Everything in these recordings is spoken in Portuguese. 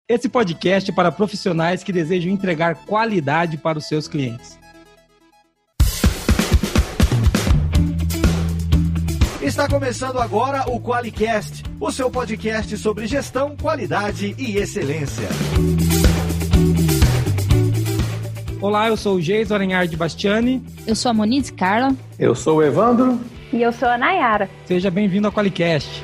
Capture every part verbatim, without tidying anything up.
Esse podcast é para profissionais que desejam entregar qualidade para os seus clientes. Está começando agora o QualiCast, o seu podcast sobre gestão, qualidade e excelência. Olá, eu sou o Geis Aranhard Bastiani. Eu sou a Moniz Carla. Eu sou o Evandro. E eu sou a Nayara. Seja bem-vindo ao QualiCast.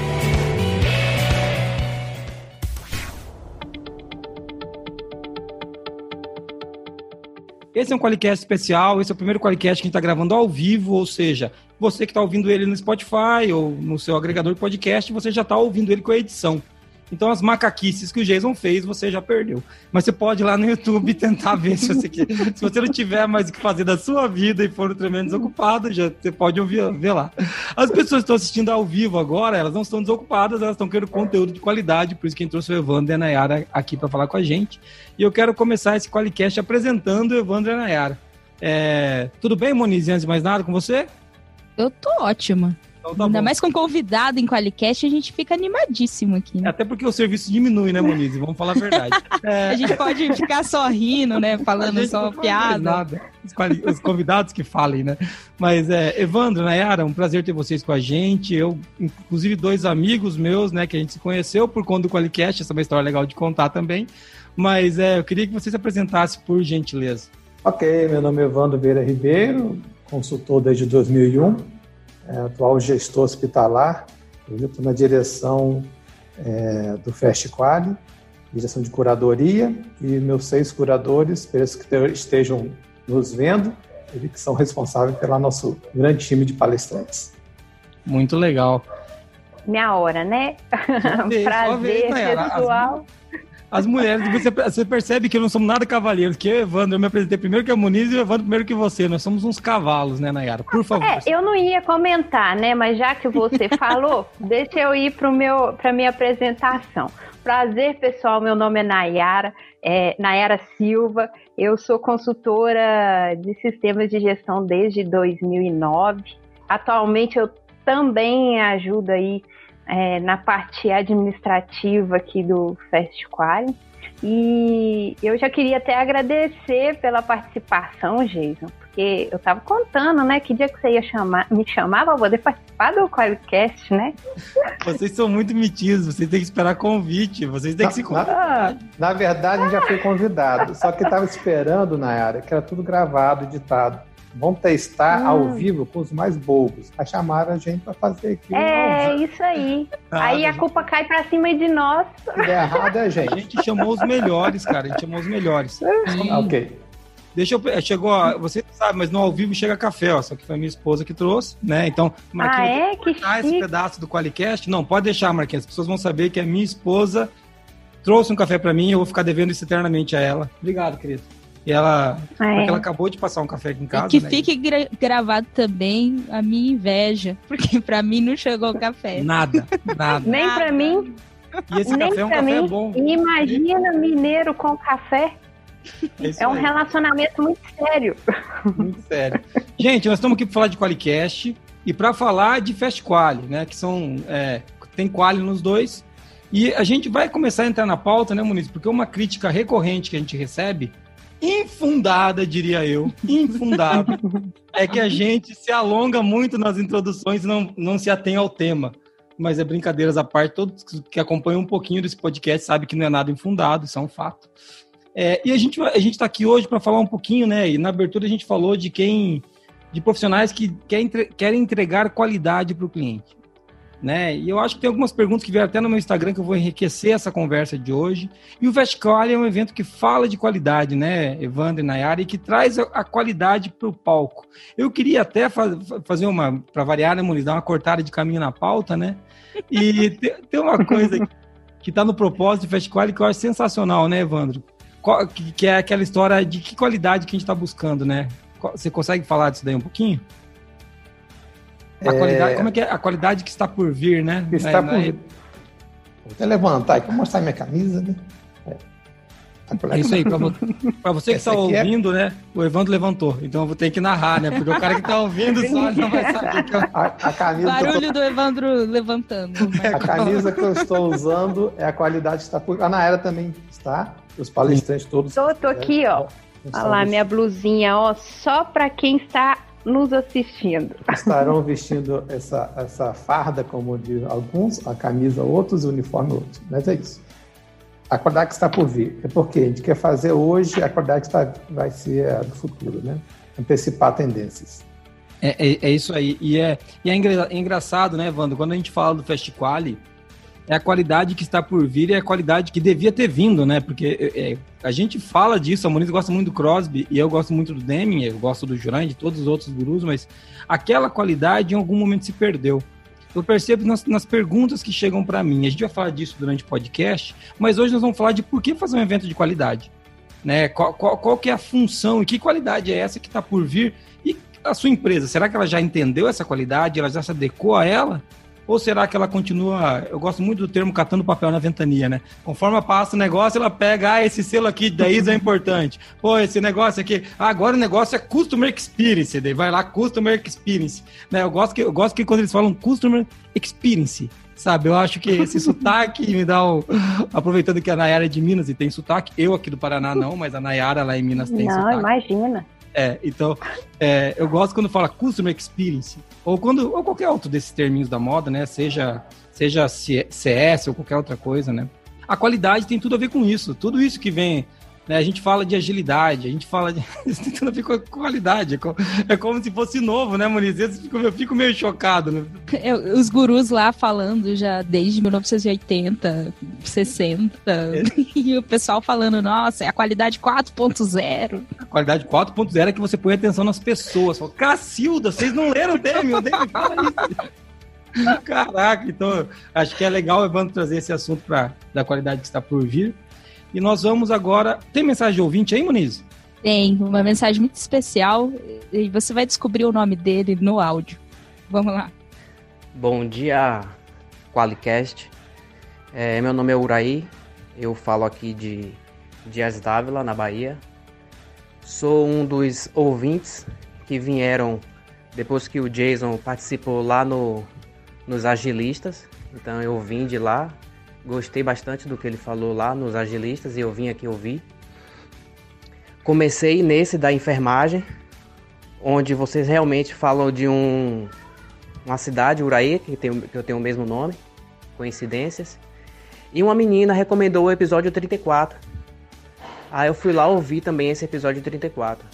Esse é um QualiCast especial, esse é o primeiro QualiCast que a gente está gravando ao vivo, ou seja, você que está ouvindo ele no Spotify ou no seu agregador de podcast, você já está ouvindo ele com a edição. Então as macaquices que o Jason fez, você já perdeu. Mas você pode ir lá no YouTube tentar ver se você quer. Se você não tiver mais o que fazer da sua vida e for tremendo desocupado, já, você pode ouvir, ver lá. As pessoas que estão assistindo ao vivo agora, elas não estão desocupadas, elas estão querendo conteúdo de qualidade, por isso que a gente trouxe o Evandro e a Nayara aqui para falar com a gente. E eu quero começar esse QualiCast apresentando o Evandro e a Nayara. É, tudo bem, Moniz, antes de mais nada, com você? Eu tô ótima. Então tá Ainda bom. Mais com convidado em QualiCast, a gente fica animadíssimo aqui, né? Até porque o serviço diminui, né, Moniz? Vamos falar a verdade. É... A gente pode ficar só rindo, né? Falando só piada. Nada. Os, os convidados que falem, né? Mas, é, Evandro, Nayara, um prazer ter vocês com a gente. Eu, inclusive, dois amigos meus, né, que a gente se conheceu por conta do QualiCast. Essa é uma história legal de contar também. Mas é, eu queria que você se apresentasse, por gentileza. Ok, meu nome é Evandro Vieira Ribeiro, consultor desde dois mil e um. É, atual gestor hospitalar. Eu estou na direção é, do FastQuali, direção de curadoria, e meus seis curadores, espero que estejam nos vendo, eles que são responsáveis pelo nosso grande time de palestrantes. Muito legal. Minha hora, né? Vez, Prazer, pessoal. As, as mulheres, você, você percebe que não somos nada cavaleiros, que eu, Evandro, eu me apresentei primeiro que a Moniz e o Evandro primeiro que você. Nós somos uns cavalos, né, Nayara? Por favor. É, eu não ia comentar, né? Mas já que você falou, deixa eu ir para a minha apresentação. Prazer, pessoal. Meu nome é Nayara, é, Nayara Silva. Eu sou consultora de sistemas de gestão desde dois mil e nove. Atualmente, eu também ajudo aí É, na parte administrativa aqui do FastQuali. E eu já queria até agradecer pela participação, Jason, porque eu estava contando, né, que dia que você ia chamar, me chamar para poder participar do QualiCast, né? Vocês são muito metidos, vocês têm que esperar convite, vocês têm que se convidar. Na, na verdade, já foi convidado, só que estava esperando, Nayara, que era tudo gravado, editado. Vamos testar hum. ao vivo com os mais bobos. Aí chamaram a gente para fazer aqui. É, isso aí. Ah, aí a gente... culpa cai para cima de nós. Se der errado é a gente. A gente chamou os melhores, cara. A gente chamou os melhores. Hum. Ok. Deixa eu... Chegou, ó, você sabe, mas no ao vivo chega café, ó. Só que foi a minha esposa que trouxe, né? Então, Marquinhos, ah, é? Que esse pedaço do QualiCast. Não, pode deixar, Marquinhos. As pessoas vão saber que a minha esposa trouxe um café para mim e eu vou ficar devendo isso eternamente a ela. Obrigado, querido. E ela, ah, é. porque ela acabou de passar um café aqui em casa. E que né? fique gra- gravado também a minha inveja, porque pra mim não chegou o café. Nada, nada. Nem nada. pra mim. E esse Nem café é um café mim. bom. Imagina mineiro com café. É, é um aí. Relacionamento muito sério. Muito sério. Gente, nós estamos aqui para falar de QualiCast e para falar de FastQuali, né? Que são, é, tem Quali nos dois. E a gente vai começar a entrar na pauta, né, Muniz? Porque uma crítica recorrente que a gente recebe, infundada, diria eu, infundada, é que a gente se alonga muito nas introduções e não, não se atém ao tema. Mas é brincadeiras à parte, todos que acompanham um pouquinho desse podcast sabem que não é nada infundado, isso é um fato. É, e a gente a gente está aqui hoje para falar um pouquinho, né? E na abertura a gente falou de quem, de profissionais que quer entre, querem entregar qualidade para o cliente. Né? E eu acho que tem algumas perguntas que vieram até no meu Instagram que eu vou enriquecer essa conversa de hoje. E o FastQuali é um evento que fala de qualidade, né, Evandro e Nayara, e que traz a, a qualidade para o palco. Eu queria até fa- fazer uma, para variar, né, Muniz, dar uma cortada de caminho na pauta, né? E tem, tem uma coisa que está no propósito do FastQuali que eu acho sensacional, né, Evandro? Qual, que, que é aquela história de que qualidade que a gente está buscando, né? Você consegue falar disso daí um pouquinho? A é... qualidade, como é que é? A qualidade que está por vir, né? Que está na, por na... vir. Vou até levantar aqui, vou mostrar minha camisa, né? É. É isso aí, para você que está ouvindo, é... né? O Evandro levantou, então eu vou ter que narrar, né? Porque o cara que está ouvindo só não vai saber que eu... a, a camisa Barulho tô... do Evandro levantando. A camisa que eu estou usando é a qualidade que está por... A Nayara também está, os palestrantes todos. Tô, tô aqui, ó. Olha lá, minha blusinha, ó, só para quem está nos assistindo. Estarão vestindo essa, essa farda, como diz alguns, a camisa outros, o uniforme outros. Mas é isso. A qualidade que está por vir. É porque a gente quer fazer hoje, a qualidade que está, vai ser a do futuro, né? Antecipar tendências. É, é, é isso aí. E é, e é, engra, é engraçado, né, Evandro? Quando a gente fala do FestQuali, é a qualidade que está por vir e é a qualidade que devia ter vindo, né? Porque é, a gente fala disso, a Moniz gosta muito do Crosby e eu gosto muito do Deming, eu gosto do Juran, de todos os outros gurus, mas aquela qualidade em algum momento se perdeu. Eu percebo nas, nas perguntas que chegam para mim. A gente vai falar disso durante o podcast, mas hoje nós vamos falar de por que fazer um evento de qualidade. Né? Qual, qual, qual que é a função e que qualidade é essa que está por vir? E a sua empresa, será que ela já entendeu essa qualidade? Ela já se adequou a ela? Ou será que ela continua... Eu gosto muito do termo catando papel na ventania, né? Conforme passa o negócio, ela pega, ah, esse selo aqui da I S O é importante. Pô, esse negócio aqui... Ah, agora o negócio é Customer Experience. Daí vai lá, Customer Experience. Né? Eu, gosto que, eu gosto que quando eles falam Customer Experience, sabe? Eu acho que esse sotaque me dá o... Aproveitando que a Nayara é de Minas e tem sotaque. Eu aqui do Paraná não, mas a Nayara lá em Minas tem não, sotaque. Não, imagina. É, então, é, eu gosto quando fala Customer Experience, ou, quando, ou qualquer outro desses terminhos da moda, né, seja, seja C S ou qualquer outra coisa, né, a qualidade tem tudo a ver com isso, tudo isso que vem, né, a gente fala de agilidade, a gente fala de... Isso tem tudo a ver com a qualidade, é como, é como se fosse novo, né, Moniz? Eu fico, eu fico meio chocado, né? Eu, os gurus lá falando já desde mil novecentos e oitenta, sessenta, é. E o pessoal falando, nossa, é a qualidade quatro ponto zero. A qualidade quatro ponto zero é que você põe atenção nas pessoas. Fala, Cacilda, vocês não leram o Demi, o Demi fala isso. Caraca, então acho que é legal o Evandro trazer esse assunto pra, da qualidade que está por vir. E nós vamos agora... Tem mensagem de ouvinte aí, Moniz? Tem, uma mensagem muito especial e você vai descobrir o nome dele no áudio. Vamos lá. Bom dia, Qualicast. É, meu nome é Uraí, eu falo aqui de Dias d'Ávila, na Bahia. Sou um dos ouvintes que vieram depois que o Jason participou lá no, nos Agilistas. Então eu vim de lá. Gostei bastante do que ele falou lá nos Agilistas e eu vim aqui ouvir. Comecei nesse da enfermagem, onde vocês realmente falam de um, uma cidade, Uraí, que, tem, que eu tenho o mesmo nome, coincidências. E uma menina recomendou o episódio trinta e quatro. Aí eu fui lá ouvir também esse episódio trinta e quatro.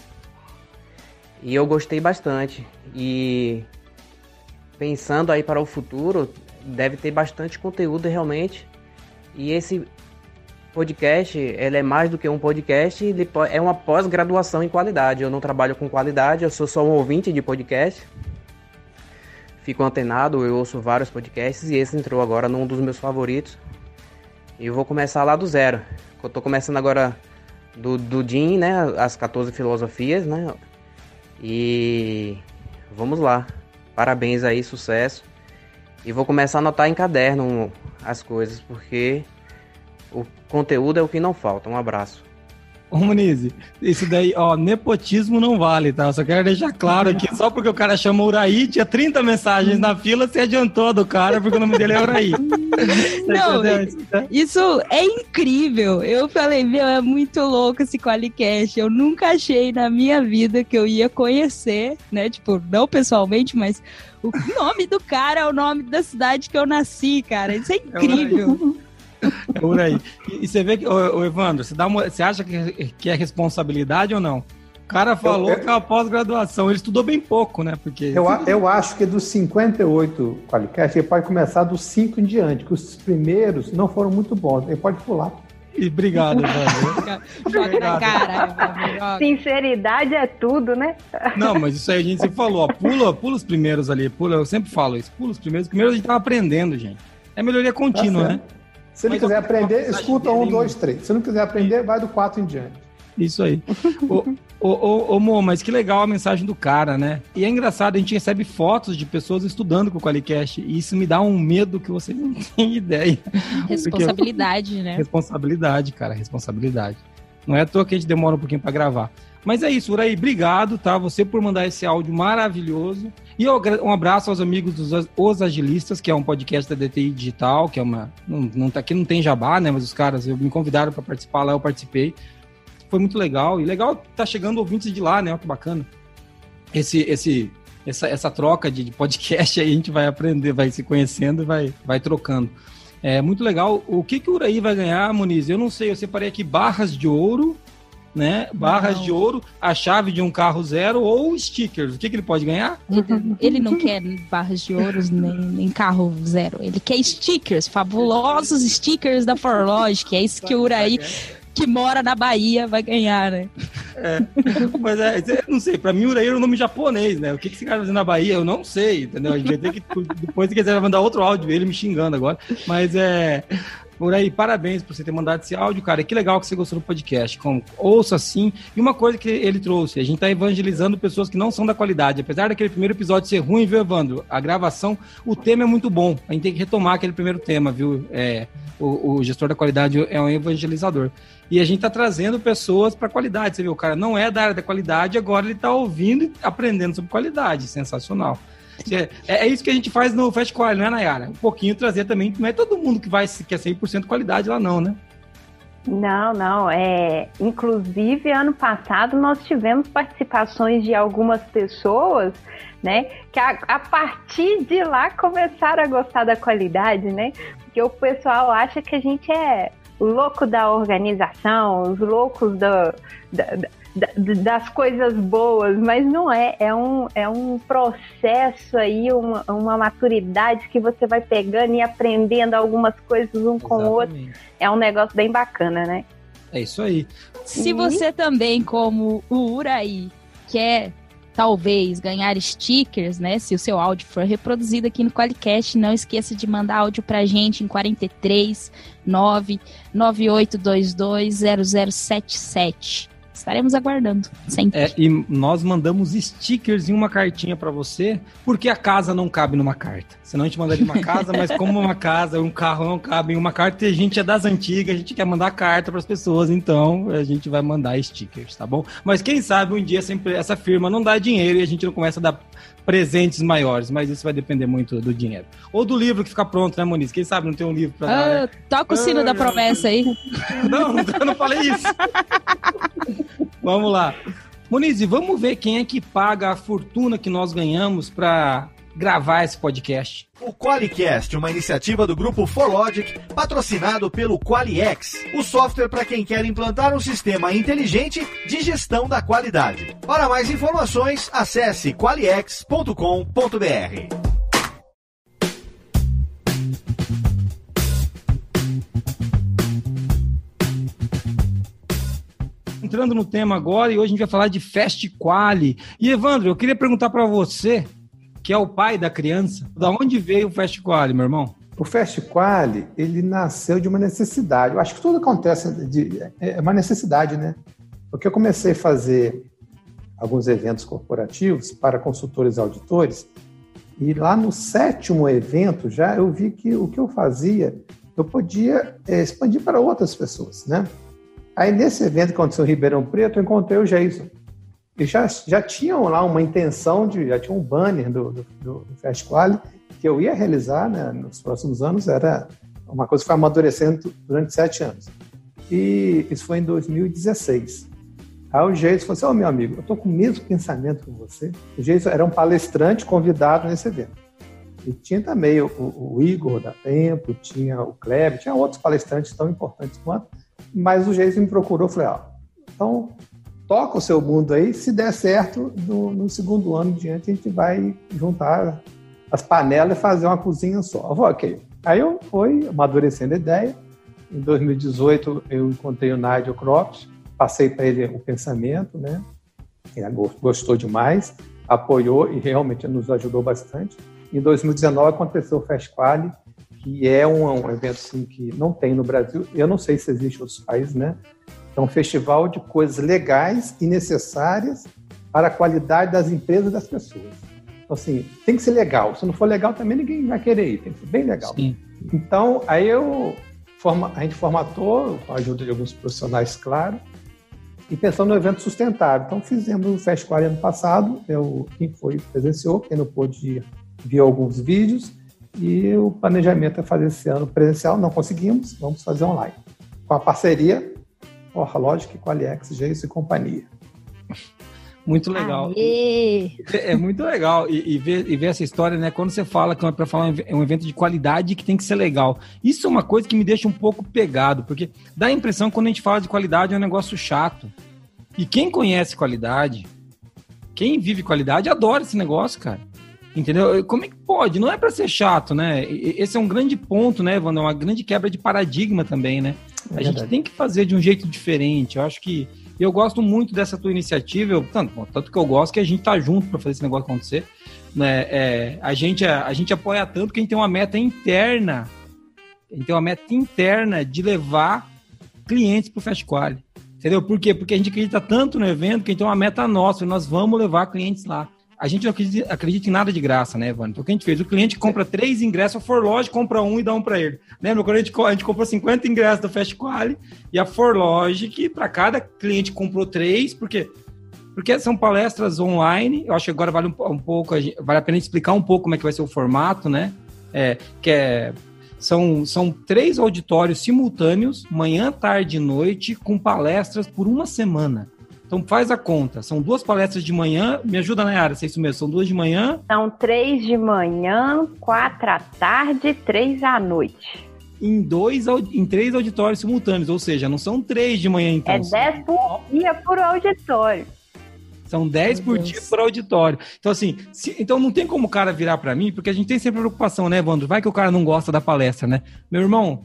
E eu gostei bastante. E pensando aí para o futuro, deve ter bastante conteúdo realmente. E esse podcast, ele é mais do que um podcast, ele é uma pós-graduação em qualidade. Eu não trabalho com qualidade, eu sou só um ouvinte de podcast. Fico antenado, eu ouço vários podcasts e esse entrou agora num dos meus favoritos. E eu vou começar lá do zero. Eu tô começando agora do, do Jim, né, as quatorze filosofias, né? E vamos lá. Parabéns aí, sucesso. E vou começar a anotar em caderno as coisas, porque o conteúdo é o que não falta. Um abraço. Ô, Moniz, isso daí, ó, nepotismo não vale, tá? Eu só quero deixar claro aqui, só porque o cara chamou Uraí, tinha trinta mensagens na fila, você adiantou do cara, porque o nome dele é Uraí. Não, isso é incrível. Eu falei, meu, é muito louco esse Qualicast. Eu nunca achei na minha vida que eu ia conhecer, né? Tipo, não pessoalmente, mas o nome do cara é o nome da cidade que eu nasci, cara. Isso é incrível. É por aí. E, e você vê que, ô, ô Evandro, você, dá uma, você acha que, que é responsabilidade ou não? O cara falou eu, eu, que é uma pós-graduação, ele estudou bem pouco, né? Porque... Eu, eu acho que dos cinquenta e oito Qualicast, ele pode começar dos cinco em diante, que os primeiros não foram muito bons. Ele pode pular. E obrigado, Evandro. Joga na cara. Sinceridade é tudo, né? Não, mas isso aí a gente sempre falou, ó, pula, pula os primeiros ali, pula, eu sempre falo isso, pula os primeiros. Primeiro a gente tava aprendendo, gente. É melhoria contínua, tá, né? Se ele quiser aprender, escuta um, dois, três. Se não quiser aprender, vai do quatro em diante. Isso aí. ô, ô, ô, ô, Mo, mas que legal a mensagem do cara, né? E é engraçado, a gente recebe fotos de pessoas estudando com o Qualicast, e isso me dá um medo que você não tem ideia. Responsabilidade, Porque... né? Responsabilidade, cara, responsabilidade. Não é à toa que a gente demora um pouquinho para gravar. Mas é isso, Uraí, obrigado, tá? Você por mandar esse áudio maravilhoso. E um abraço aos amigos dos Os Agilistas, que é um podcast da D T I Digital, que é uma... Não, não tá, aqui não tem jabá, né? Mas os caras me convidaram para participar lá, eu participei. Foi muito legal. E legal tá chegando ouvintes de lá, né? Olha que bacana. Esse, esse, essa, essa troca de podcast aí, a gente vai aprender, vai se conhecendo e vai, vai trocando. É muito legal. O que, que o Uraí vai ganhar, Muniz? Eu não sei, eu separei aqui barras de ouro, né? Barras não. de ouro, a chave de um carro zero ou stickers. O que, que ele pode ganhar? Ele, ele não quer barras de ouro nem, nem carro zero. Ele quer stickers, fabulosos stickers da ForLogic. É isso que o Uraí, que mora na Bahia, vai ganhar, né? É, mas é, não sei, pra mim Uraí é um nome japonês, né? O que, que esse cara vai fazer na Bahia, eu não sei, entendeu? A gente vai ter que, depois, se quiser, vai mandar outro áudio, ele me xingando agora. Mas é... Uraí, parabéns por você ter mandado esse áudio, cara. Que legal que você gostou do podcast. Como, ouça assim. E uma coisa que ele trouxe, a gente tá evangelizando pessoas que não são da qualidade. Apesar daquele primeiro episódio ser ruim, viu, Evandro? A gravação, o tema é muito bom. A gente tem que retomar aquele primeiro tema, viu? É, o, o gestor da qualidade é um evangelizador. E a gente tá trazendo pessoas para qualidade. Você viu, o cara não é da área da qualidade, agora ele tá ouvindo e aprendendo sobre qualidade. Sensacional. É, é isso que a gente faz no Fast Quality, não é, Nayara? Um pouquinho trazer também, não é todo mundo que vai que é cem por cento qualidade lá não, né? Não, não, é, inclusive ano passado nós tivemos participações de algumas pessoas, né, que a, a partir de lá começaram a gostar da qualidade, né, porque o pessoal acha que a gente é o louco da organização, os loucos da... da, da das coisas boas, mas não é, é um, é um processo aí, uma, uma maturidade que você vai pegando e aprendendo algumas coisas um Exatamente. Com o outro, é um negócio bem bacana, né? É isso aí. Se você também, como o Uraí, quer talvez ganhar stickers, né, se o seu áudio for reproduzido aqui no Qualicast, não esqueça de mandar áudio pra gente em quarenta e três, nove, nove oito dois dois, zero zero sete sete. Estaremos aguardando, sempre. É, e nós mandamos stickers em uma cartinha para você, porque a casa não cabe numa carta. Senão a gente mandaria uma casa, mas como uma casa, um carro não cabe em uma carta, e a gente é das antigas, a gente quer mandar carta para as pessoas, então a gente vai mandar stickers, tá bom? Mas quem sabe um dia sempre essa firma não dá dinheiro e a gente não começa a dar presentes maiores, mas isso vai depender muito do dinheiro. Ou do livro que fica pronto, né, Moniz? Quem sabe não tem um livro para dar, ah, né? Toca o sino ah, da promessa aí. Não, eu não falei isso. Vamos lá. Moniz, vamos ver quem é que paga a fortuna que nós ganhamos para gravar esse podcast. O QualiCast, uma iniciativa do grupo ForLogic, patrocinado pelo QualiX, o software para quem quer implantar um sistema inteligente de gestão da qualidade. Para mais informações, acesse qualix ponto com ponto b r. Entrando no tema agora, e hoje a gente vai falar de Fast Quali. E, Evandro, eu queria perguntar para você, que é o pai da criança, da onde veio o Fast Quali, meu irmão? O Fast Quali, ele nasceu de uma necessidade. Eu acho que tudo acontece, de, é uma necessidade, né? Porque eu comecei a fazer alguns eventos corporativos para consultores e auditores, e lá no sétimo evento já eu vi que o que eu fazia, eu podia é, expandir para outras pessoas, né? Aí, nesse evento que aconteceu em Ribeirão Preto, eu encontrei o Jason. E já, já tinham lá uma intenção, de, já tinha um banner do, do, do Fast Quali que eu ia realizar, né, nos próximos anos. Era uma coisa que foi amadurecendo durante sete anos. E isso foi em dois mil e dezesseis. Aí o Jason falou assim, ô, oh, meu amigo, eu estou com o mesmo pensamento que você. O Jason era um palestrante convidado nesse evento. E tinha também o, o, o Igor da Tempo, tinha o Kleber, tinha outros palestrantes tão importantes quanto. Mas o Jason me procurou e falei, ó, então toca o seu mundo aí, se der certo, no, no segundo ano diante a gente vai juntar as panelas e fazer uma cozinha só. Eu falei, ok. Aí eu fui amadurecendo a ideia. Em dois mil e dezoito eu encontrei o Nigel Croft, passei para ele o pensamento, né? Ele gostou demais, apoiou e realmente nos ajudou bastante. Em dois mil e dezenove aconteceu o Fast Quali, que é um, um evento assim, que não tem no Brasil. Eu não sei se existe em outros países, né? É um festival de coisas legais e necessárias para a qualidade das empresas e das pessoas. Então, assim, tem que ser legal. Se não for legal, também ninguém vai querer ir. Tem que ser bem legal. Sim. Então, aí eu, forma, a gente formatou, com a ajuda de alguns profissionais, claro, e pensando no evento sustentável. Então, fizemos o FestQuali ano passado, eu, quem foi presenciou, quem não pôde ir, viu alguns vídeos, e o planejamento é fazer esse ano presencial, não conseguimos, vamos fazer online. Com a parceria, ForLogic, QualiX, Geis e companhia. Muito legal. Aê. É muito legal e, e, ver, e ver essa história, né? Quando você fala que é para falar é um evento de qualidade que tem que ser legal. Isso é uma coisa que me deixa um pouco pegado, porque dá a impressão que quando a gente fala de qualidade é um negócio chato. E quem conhece qualidade, quem vive qualidade, adora esse negócio, cara. Entendeu? Como é que pode? Não é para ser chato, né? Esse é um grande ponto, né, Evandro? É uma grande quebra de paradigma também, né? É a gente tem que fazer de um jeito diferente. Eu acho que eu gosto muito dessa tua iniciativa, eu, tanto, bom, tanto que eu gosto que a gente tá junto para fazer esse negócio acontecer. Né? É, a, gente, a, a gente apoia tanto que a gente tem uma meta interna, a gente tem uma meta interna de levar clientes pro FestQuali. Entendeu? Por quê? Porque a gente acredita tanto no evento que a gente tem uma meta nossa, e nós vamos levar clientes lá. A gente não acredita, acredita em nada de graça, né, Evandro? Então, o que a gente fez? O cliente compra três ingressos, a ForLogic compra um e dá um para ele. Lembra? Quando a gente, a gente comprou cinquenta ingressos do FestQuali e a ForLogic, para cada cliente, comprou três, porque, porque são palestras online. Eu acho que agora vale um, um pouco, vale a pena explicar um pouco como é que vai ser o formato, né? É, que é, são, são três auditórios simultâneos, manhã, tarde e noite, com palestras por uma semana. Então faz a conta, são duas palestras de manhã, me ajuda, Nayara, se é isso mesmo, são duas de manhã? São três de manhã, quatro à tarde, três à noite. Em, dois, em três auditórios simultâneos, ou seja, não são três de manhã então. É dez por dia por auditório. São dez por dia por auditório. Então, assim, se, então não tem como o cara virar para mim, porque a gente tem sempre preocupação, né, Evandro? Vai que o cara não gosta da palestra, né? Meu irmão...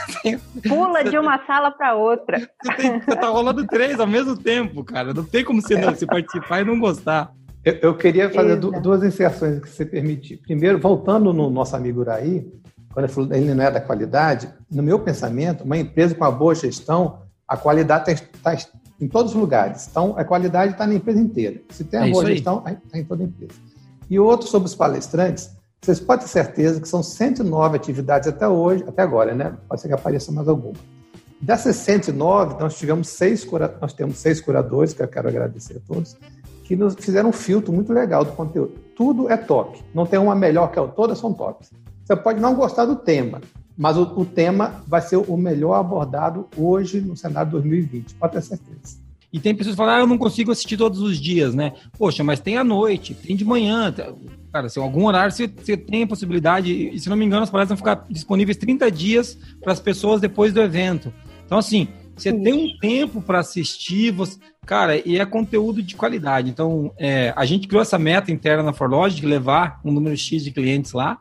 Pula de uma sala para outra. Você, tem, você tá rolando três ao mesmo tempo, cara. Não tem como você, não, você participar e não gostar. Eu, eu queria fazer du, duas inserções, que você permitir. Primeiro, voltando no nosso amigo Uraí, quando ele falou que ele não é da qualidade, no meu pensamento, uma empresa com uma boa gestão, a qualidade está tá em todos os lugares. Então, a qualidade está na empresa inteira. Se tem a é boa gestão, está em toda a empresa. E outro sobre os palestrantes, vocês podem ter certeza que são cento e nove atividades até hoje, até agora, né? Pode ser que apareça mais alguma. Dessas cento e nove, nós tivemos seis, cura... nós temos seis curadores, que eu quero agradecer a todos, que nos fizeram um filtro muito legal do conteúdo. Tudo é top. Não tem uma melhor que a outra, todas são tops. Você pode não gostar do tema, mas o, o tema vai ser o melhor abordado hoje no cenário dois mil e vinte, pode ter certeza. E tem pessoas que falam, ah, eu não consigo assistir todos os dias, né? Poxa, mas tem à noite, tem de manhã. Cara, se algum horário você, você tem a possibilidade, e se não me engano, as palestras vão ficar disponíveis trinta dias para as pessoas depois do evento. Então, assim, você tem um tempo para assistir, você... cara, e é conteúdo de qualidade. Então, é, a gente criou essa meta interna na ForLogic de levar um número X de clientes lá.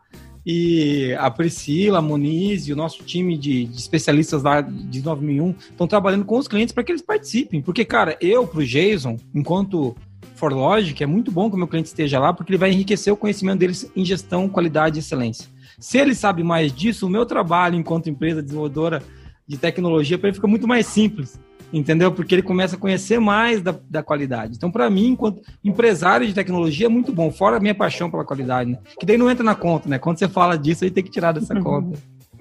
E a Priscila, a Moniz e o nosso time de, de especialistas lá de nove mil e um estão trabalhando com os clientes para que eles participem. Porque, cara, eu, pro Jason, enquanto ForLogic, é muito bom que o meu cliente esteja lá, porque ele vai enriquecer o conhecimento deles em gestão, qualidade e excelência. Se ele sabe mais disso, o meu trabalho enquanto empresa desenvolvedora de tecnologia, para ele fica muito mais simples. Entendeu? Porque ele começa a conhecer mais da, da qualidade. Então, para mim, enquanto empresário de tecnologia, é muito bom. Fora a minha paixão pela qualidade, né? Que daí não entra na conta, né? Quando você fala disso, aí tem que tirar dessa conta.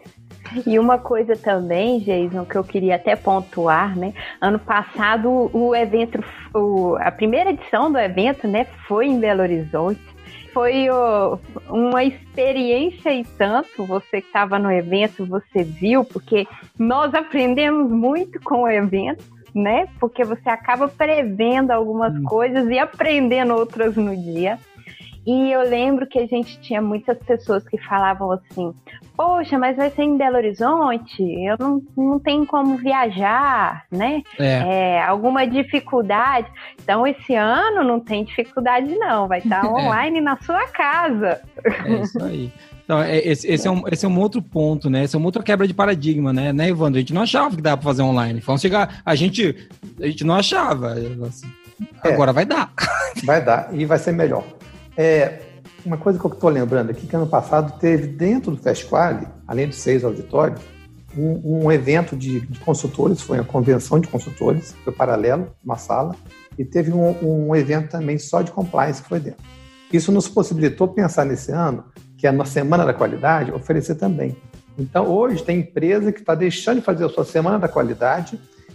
E uma coisa também, Jason, que eu queria até pontuar, né? Ano passado, o evento, o, a primeira edição do evento, né, foi em Belo Horizonte. Foi oh, uma experiência e tanto, você que estava no evento, você viu, porque nós aprendemos muito com o evento, né? Porque você acaba prevendo algumas hum. coisas e aprendendo outras no dia. E eu lembro que a gente tinha muitas pessoas que falavam assim, poxa, mas vai ser em Belo Horizonte, eu não, não tenho como viajar, né? É. É, alguma dificuldade. Então, esse ano não tem dificuldade não, vai estar online é. na sua casa. É isso aí. Então, esse, esse, é um, esse é um outro ponto, né? Esse é uma outra quebra de paradigma, né, né, Evandro? A gente não achava que dava para fazer online. Vamos chegar, a gente, a gente não achava. Assim, agora é. vai dar. Vai dar e vai ser melhor. É, uma coisa que eu estou lembrando aqui, que ano passado teve dentro do FestQuali, além de seis auditórios, um, um evento de, de consultores, foi uma convenção de consultores, foi paralelo, uma sala, e teve um, um evento também só de compliance que foi dentro. Isso nos possibilitou pensar nesse ano, que é na Semana da Qualidade, oferecer também. Então, hoje tem empresa que está deixando de fazer a sua Semana da Qualidade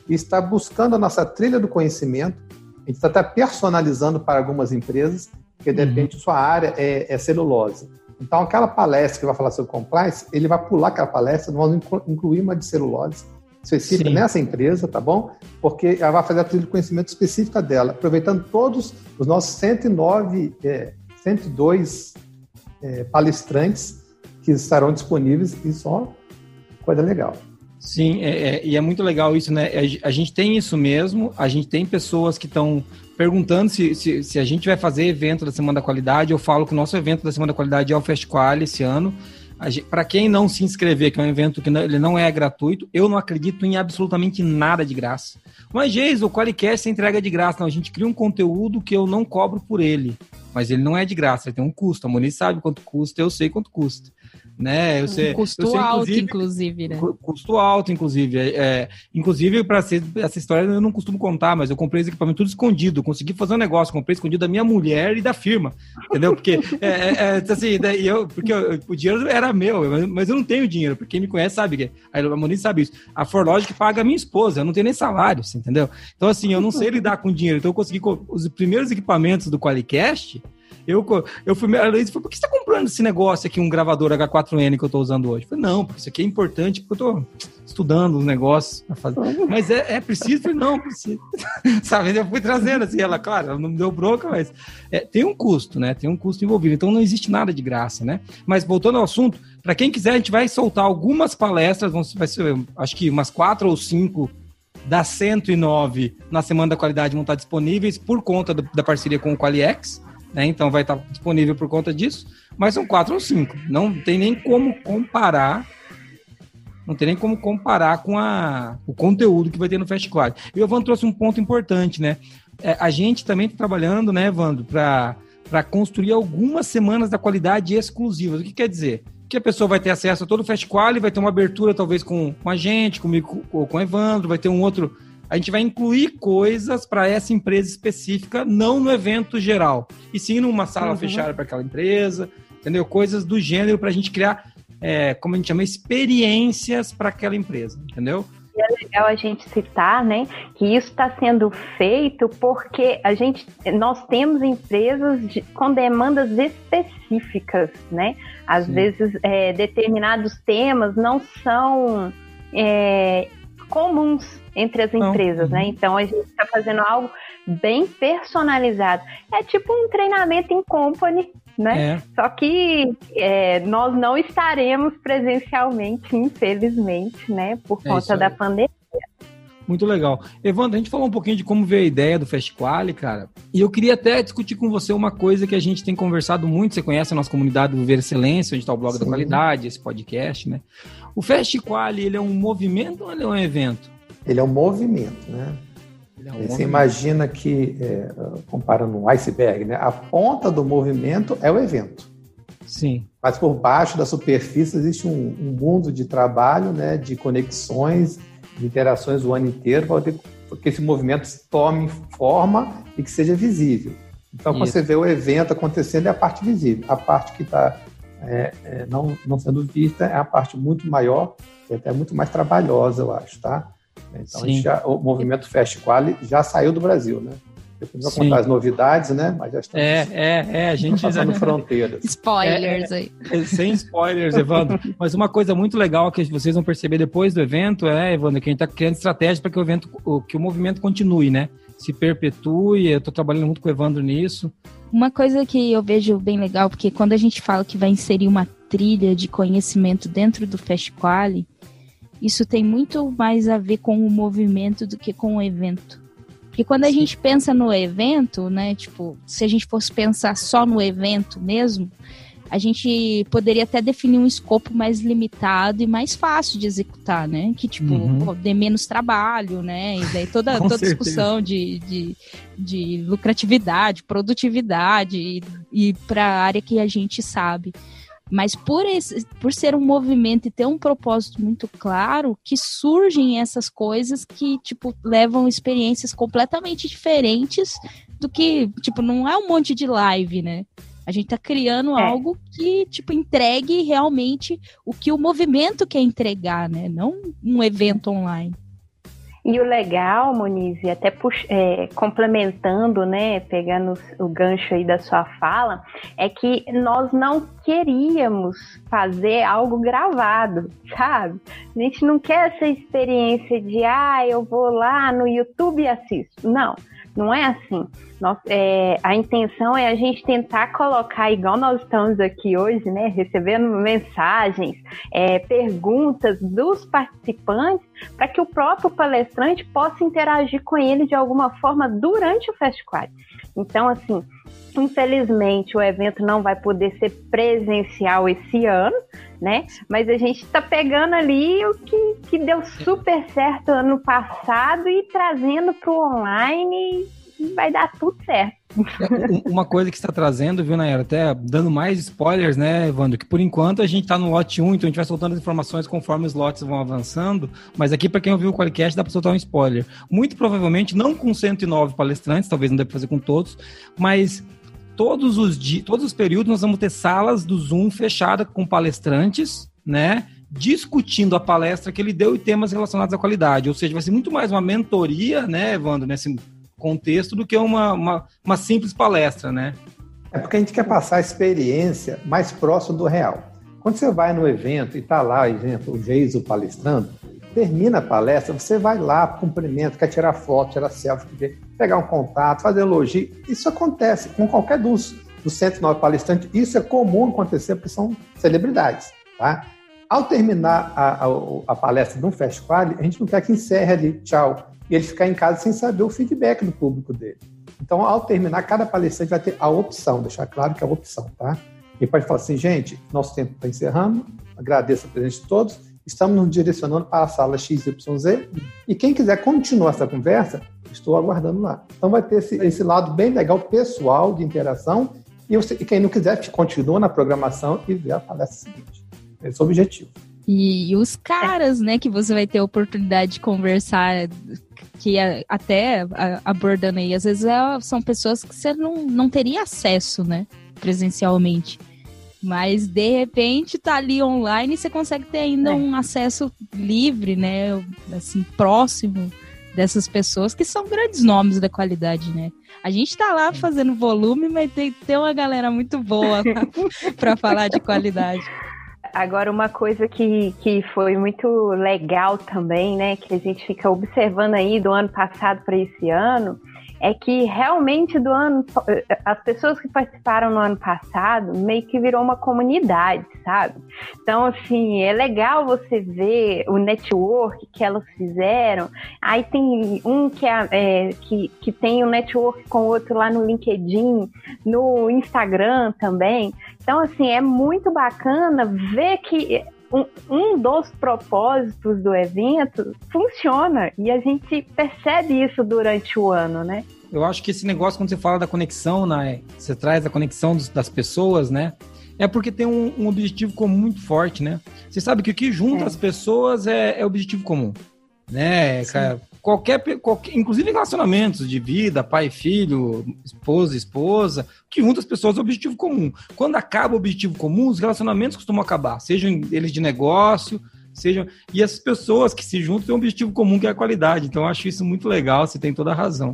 e está buscando a nossa trilha do conhecimento. A gente está até personalizando para algumas empresas, porque de repente uhum. sua área é, é celulose. Então, aquela palestra que vai falar sobre compliance, ele vai pular aquela palestra, nós vamos incluir uma de celulose específica Sim. nessa empresa, tá bom? Porque ela vai fazer a trilha de conhecimento específica dela, aproveitando todos os nossos cento e nove, é, cento e dois é, palestrantes que estarão disponíveis, e só coisa legal. Sim, é, é, e é muito legal isso, né? A, a gente tem isso mesmo, a gente tem pessoas que estão perguntando se, se, se a gente vai fazer evento da Semana da Qualidade. Eu falo que o nosso evento da Semana da Qualidade é o FestQuali esse ano. Para quem não se inscrever, que é um evento que não, ele não é gratuito, eu não acredito em absolutamente nada de graça. Mas, Geis, o QualiCast é entrega de graça. Não, a gente cria um conteúdo que eu não cobro por ele, mas ele não é de graça, ele tem um custo. A Moniz sabe quanto custa, eu sei quanto custa. Né? Eu sei, um custo eu sei, alto, inclusive, né? Custo alto, inclusive. É, é, inclusive, para ser essa história eu não costumo contar, mas eu comprei esse equipamento tudo escondido. Eu consegui fazer um negócio, comprei escondido da minha mulher e da firma, entendeu? Porque, é, é, é, assim, daí eu, porque eu, o dinheiro era meu, mas eu não tenho dinheiro. Porque quem me conhece sabe que a Moniz sabe isso. A ForLogic paga a minha esposa, eu não tenho nem salário, entendeu? Então, assim, eu não sei lidar com dinheiro. Então, eu consegui os primeiros equipamentos do QualiCast. Eu, eu fui, a Luísa falou, por que você está comprando esse negócio aqui, um gravador H quatro N que eu estou usando hoje? Eu falei, não, porque isso aqui é importante, porque eu estou estudando os negócios. Mas é, é preciso? Eu falei, não, precisa. Sabe, eu fui trazendo assim, ela, claro, ela não me deu bronca, mas é, tem um custo, né? Tem um custo envolvido, então não existe nada de graça, né? Mas voltando ao assunto, para quem quiser, a gente vai soltar algumas palestras, vão, vai ser, acho que umas quatro ou cinco das cento e nove na Semana da Qualidade vão estar disponíveis por conta do, da parceria com o QualiX. Né? Então vai estar disponível por conta disso, mas são quatro ou cinco. Não tem nem como comparar, não tem nem como comparar com a, o conteúdo que vai ter no FestQuali. E o Evandro trouxe um ponto importante, né? É, a gente também está trabalhando, né, Evandro, para para construir algumas semanas da qualidade exclusivas. O que quer dizer? Que a pessoa vai ter acesso a todo o FestQuali, vai ter uma abertura talvez com, com a gente, comigo ou com o Evandro, vai ter um outro. A gente vai incluir coisas para essa empresa específica, não no evento geral, e sim numa sala uhum. fechada para aquela empresa, entendeu? Coisas do gênero para a gente criar, é, como a gente chama, experiências para aquela empresa, entendeu? E é legal a gente citar, né, que isso está sendo feito porque a gente, nós temos empresas de, com demandas específicas, né? Às sim. vezes, é, determinados temas não são é, comuns entre as empresas, não. né? Então, a gente está fazendo algo bem personalizado. É tipo um treinamento em company, né? É. Só que é, nós não estaremos presencialmente, infelizmente, né? Por é conta da pandemia. Muito legal. Evandro, a gente falou um pouquinho de como veio a ideia do FestQuali, cara. E eu queria até discutir com você uma coisa que a gente tem conversado muito. Você conhece a nossa comunidade do Viver Excelência, onde está o blog Sim. da qualidade, esse podcast, né? O FestQuali, ele é um movimento ou ele é um evento? Ele é um movimento, né? Ele é um Você movimento. Imagina que, é, comparando um iceberg, né? A ponta do movimento é o evento. Sim. Mas por baixo da superfície existe um, um mundo de trabalho, né? De conexões, de interações o ano inteiro, para que esse movimento tome forma e que seja visível. Então, quando Isso. você vê o evento acontecendo, é a parte visível. A parte que está é, é, não, não sendo vista é a parte muito maior e até muito mais trabalhosa, eu acho, tá? Então, a gente já, o movimento FestQuali já saiu do Brasil, né? Depois vai contar as novidades, né? Mas já estamos é, é, é, a gente passando já... fronteiras. Spoilers é, aí. É, sem spoilers, Evandro. Mas uma coisa muito legal que vocês vão perceber depois do evento é, Evandro, que a gente está criando estratégia para que o evento, que o movimento continue, né? Se perpetue. Eu estou trabalhando muito com o Evandro nisso. Uma coisa que eu vejo bem legal, porque quando a gente fala que vai inserir uma trilha de conhecimento dentro do FestQuali, isso tem muito mais a ver com o movimento do que com o evento. Porque quando a Sim. gente pensa no evento, né, tipo, se a gente fosse pensar só no evento mesmo, a gente poderia até definir um escopo mais limitado e mais fácil de executar, né? Que, tipo, uhum. dê menos trabalho, né? E daí toda, toda discussão de, de, de lucratividade, produtividade e, e para a área que a gente sabe. Mas por, esse, por ser um movimento e ter um propósito muito claro, que surgem essas coisas que, tipo, levam experiências completamente diferentes do que, tipo, não é um monte de live, né? A gente tá criando é. algo que, tipo, entregue realmente o que o movimento quer entregar, né? Não um evento online. E o legal, Moniz, e até pux- é, complementando, né, pegando o gancho aí da sua fala, é que nós não queríamos fazer algo gravado, sabe? A gente não quer essa experiência de, ah, eu vou lá no YouTube e assisto. Não, não é assim. Nós, é, a intenção é a gente tentar colocar, igual nós estamos aqui hoje, né, recebendo mensagens, é, perguntas dos participantes, para que o próprio palestrante possa interagir com ele de alguma forma durante o Festival. Então, assim, infelizmente o evento não vai poder ser presencial esse ano, né? Mas a gente está pegando ali o que, que deu super certo ano passado e trazendo para o online. Vai dar tudo certo. Uma coisa que você está trazendo, viu, Nayara? Até dando mais spoilers, né, Evandro? Que por enquanto a gente está no lote um, então a gente vai soltando as informações conforme os lotes vão avançando. Mas aqui, para quem ouviu o Qualicast, dá para soltar um spoiler. Muito provavelmente, não com cento e nove palestrantes, talvez não dê para fazer com todos, mas todos os, di- todos os períodos nós vamos ter salas do Zoom fechadas com palestrantes, né? Discutindo a palestra que ele deu e temas relacionados à qualidade. Ou seja, vai ser muito mais uma mentoria, né, Evandro, nesse contexto do que uma, uma, uma simples palestra, né? É porque a gente quer passar a experiência mais próximo do real. Quando você vai no evento e está lá, exemplo, o Geiso palestrando, termina a palestra, você vai lá, cumprimenta, quer tirar foto, tirar selfie, quer pegar um contato, fazer elogio. Isso acontece com qualquer dos, dos cento e nove palestrantes. Isso é comum acontecer porque são celebridades, tá? Ao terminar a, a, a palestra de um festival, a gente não quer que encerre ali, tchau, e ele ficar em casa sem saber o feedback do público dele. Então, ao terminar, cada palestrante vai ter a opção, deixar claro que é a opção, tá? E pode falar assim, gente, nosso tempo está encerrando, agradeço a presença de todos, estamos nos direcionando para a sala X Y Z, e quem quiser continuar essa conversa, estou aguardando lá. Então, vai ter esse, esse lado bem legal, pessoal, de interação, e, você, e quem não quiser, continua na programação e vê a palestra seguinte. Esse é o objetivo. E, e os caras, né, que você vai ter a oportunidade de conversar, que é, até a, abordando aí, às vezes é, são pessoas que você não, não teria acesso, né, presencialmente. Mas, de repente, tá ali online e você consegue ter ainda é. um acesso livre, né, assim, próximo dessas pessoas, que são grandes nomes da qualidade, né? A gente tá lá fazendo volume, mas tem, tem uma galera muito boa para falar de qualidade. Agora, uma coisa que, que foi muito legal também, né, que a gente fica observando aí do ano passado para esse ano, é que realmente do ano, as pessoas que participaram no ano passado meio que virou uma comunidade, sabe? Então, assim, é legal você ver o network que elas fizeram. Aí tem um que, é, é, que, que tem um network com o outro lá no LinkedIn, no Instagram também. Então, assim, é muito bacana ver que um, um dos propósitos do evento funciona e a gente percebe isso durante o ano, né? Eu acho que esse negócio, quando você fala da conexão, né, você traz a conexão dos, das pessoas, né? É porque tem um, um objetivo comum muito forte, né? Você sabe que o que junta é. as pessoas é, é objetivo comum, né? Cara, qualquer, qualquer, inclusive relacionamentos de vida, pai e filho, esposa e esposa, o que junta as pessoas é o objetivo comum. Quando acaba o objetivo comum, os relacionamentos costumam acabar, sejam eles de negócio, sejam... E as pessoas que se juntam têm um objetivo comum, que é a qualidade. Então, eu acho isso muito legal, você tem toda a razão.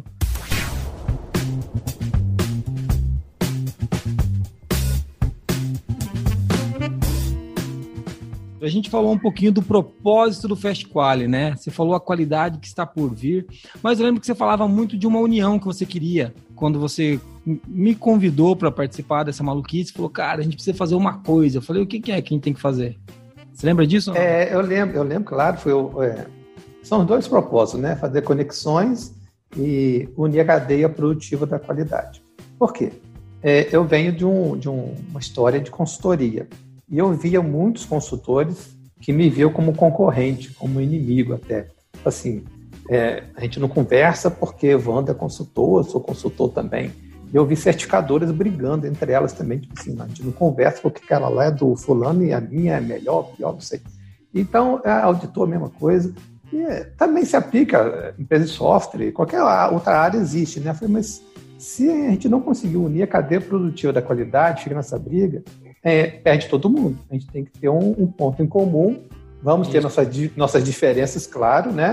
A gente falou um pouquinho do propósito do FestQuali, né? Você falou a qualidade que está por vir, mas eu lembro que você falava muito de uma união que você queria. Quando você me convidou para participar dessa maluquice, falou, cara, a gente precisa fazer uma coisa. Eu falei, o que é que a gente tem que fazer? Você lembra disso? É, eu lembro, eu lembro, claro, foi o, é, são dois propósitos, né? Fazer conexões e unir a cadeia produtiva da qualidade. Por quê? É, eu venho de, um, de um, uma história de consultoria. E eu via muitos consultores que me viam como concorrente, como inimigo até. Assim, é, a gente não conversa porque Wanda é consultor, eu sou consultor também. E eu vi certificadoras brigando entre elas também, tipo assim, a gente não conversa porque aquela lá é do fulano e a minha é melhor, pior, não sei. Então, é auditor, a mesma coisa. E é, também se aplica empresa de software, qualquer outra área existe, né? Eu falei, mas se a gente não conseguir unir a cadeia produtiva da qualidade, fica nessa briga, É, perde todo mundo. A gente tem que ter um, um ponto em comum. Vamos ter nossas, nossas diferenças, claro, né?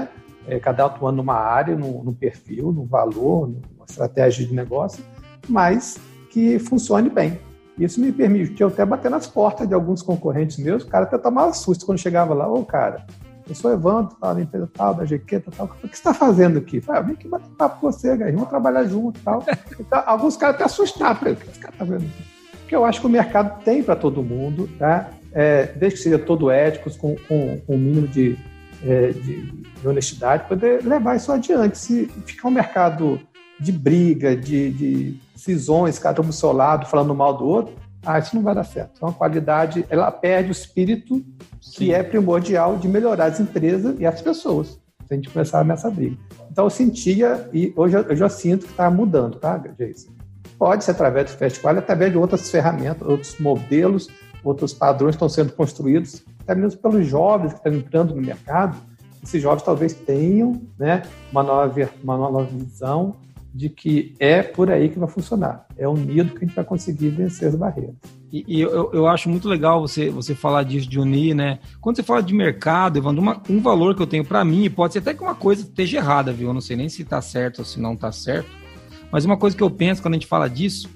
é, cada um atuando numa área, num, num perfil, num valor, numa estratégia de negócio, mas que funcione bem. Isso me permitiu até bater nas portas de alguns concorrentes meus, o cara até tomava susto quando chegava lá, ô cara, eu sou Evandro, tal, da empresa tal, da Jequeta, tal, o que você está fazendo aqui? Eu vim aqui bater papo com você, cara, vamos trabalhar junto, tal. Então, alguns caras até assustaram, falei, o que esse cara está vendo aqui? Porque eu acho que o mercado tem para todo mundo, tá? É, desde que seja todo ético, com, com, com um mínimo de, é, de, de honestidade, poder levar isso adiante. Se ficar um mercado de briga, de, de cisões, cada um do seu lado, falando mal do outro, ah, isso não vai dar certo. Então, a qualidade, ela perde o espírito que Sim. é primordial de melhorar as empresas e as pessoas, se a gente começar nessa briga. Então, eu sentia, e hoje eu, eu já sinto que está mudando, tá, Jason? Pode ser através do festival, através de outras ferramentas, outros modelos, outros padrões que estão sendo construídos, até mesmo pelos jovens que estão entrando no mercado. Esses jovens talvez tenham, né, uma, nova, uma nova visão de que é por aí que vai funcionar. É unido que a gente vai conseguir vencer as barreiras. E, e eu, eu acho muito legal você, você falar disso, de unir, né? Quando você fala de mercado, Evandro, uma, um valor que eu tenho para mim, pode ser até que uma coisa esteja errada, viu? Eu não sei nem se está certo ou se não está certo. Mas uma coisa que eu penso quando a gente fala disso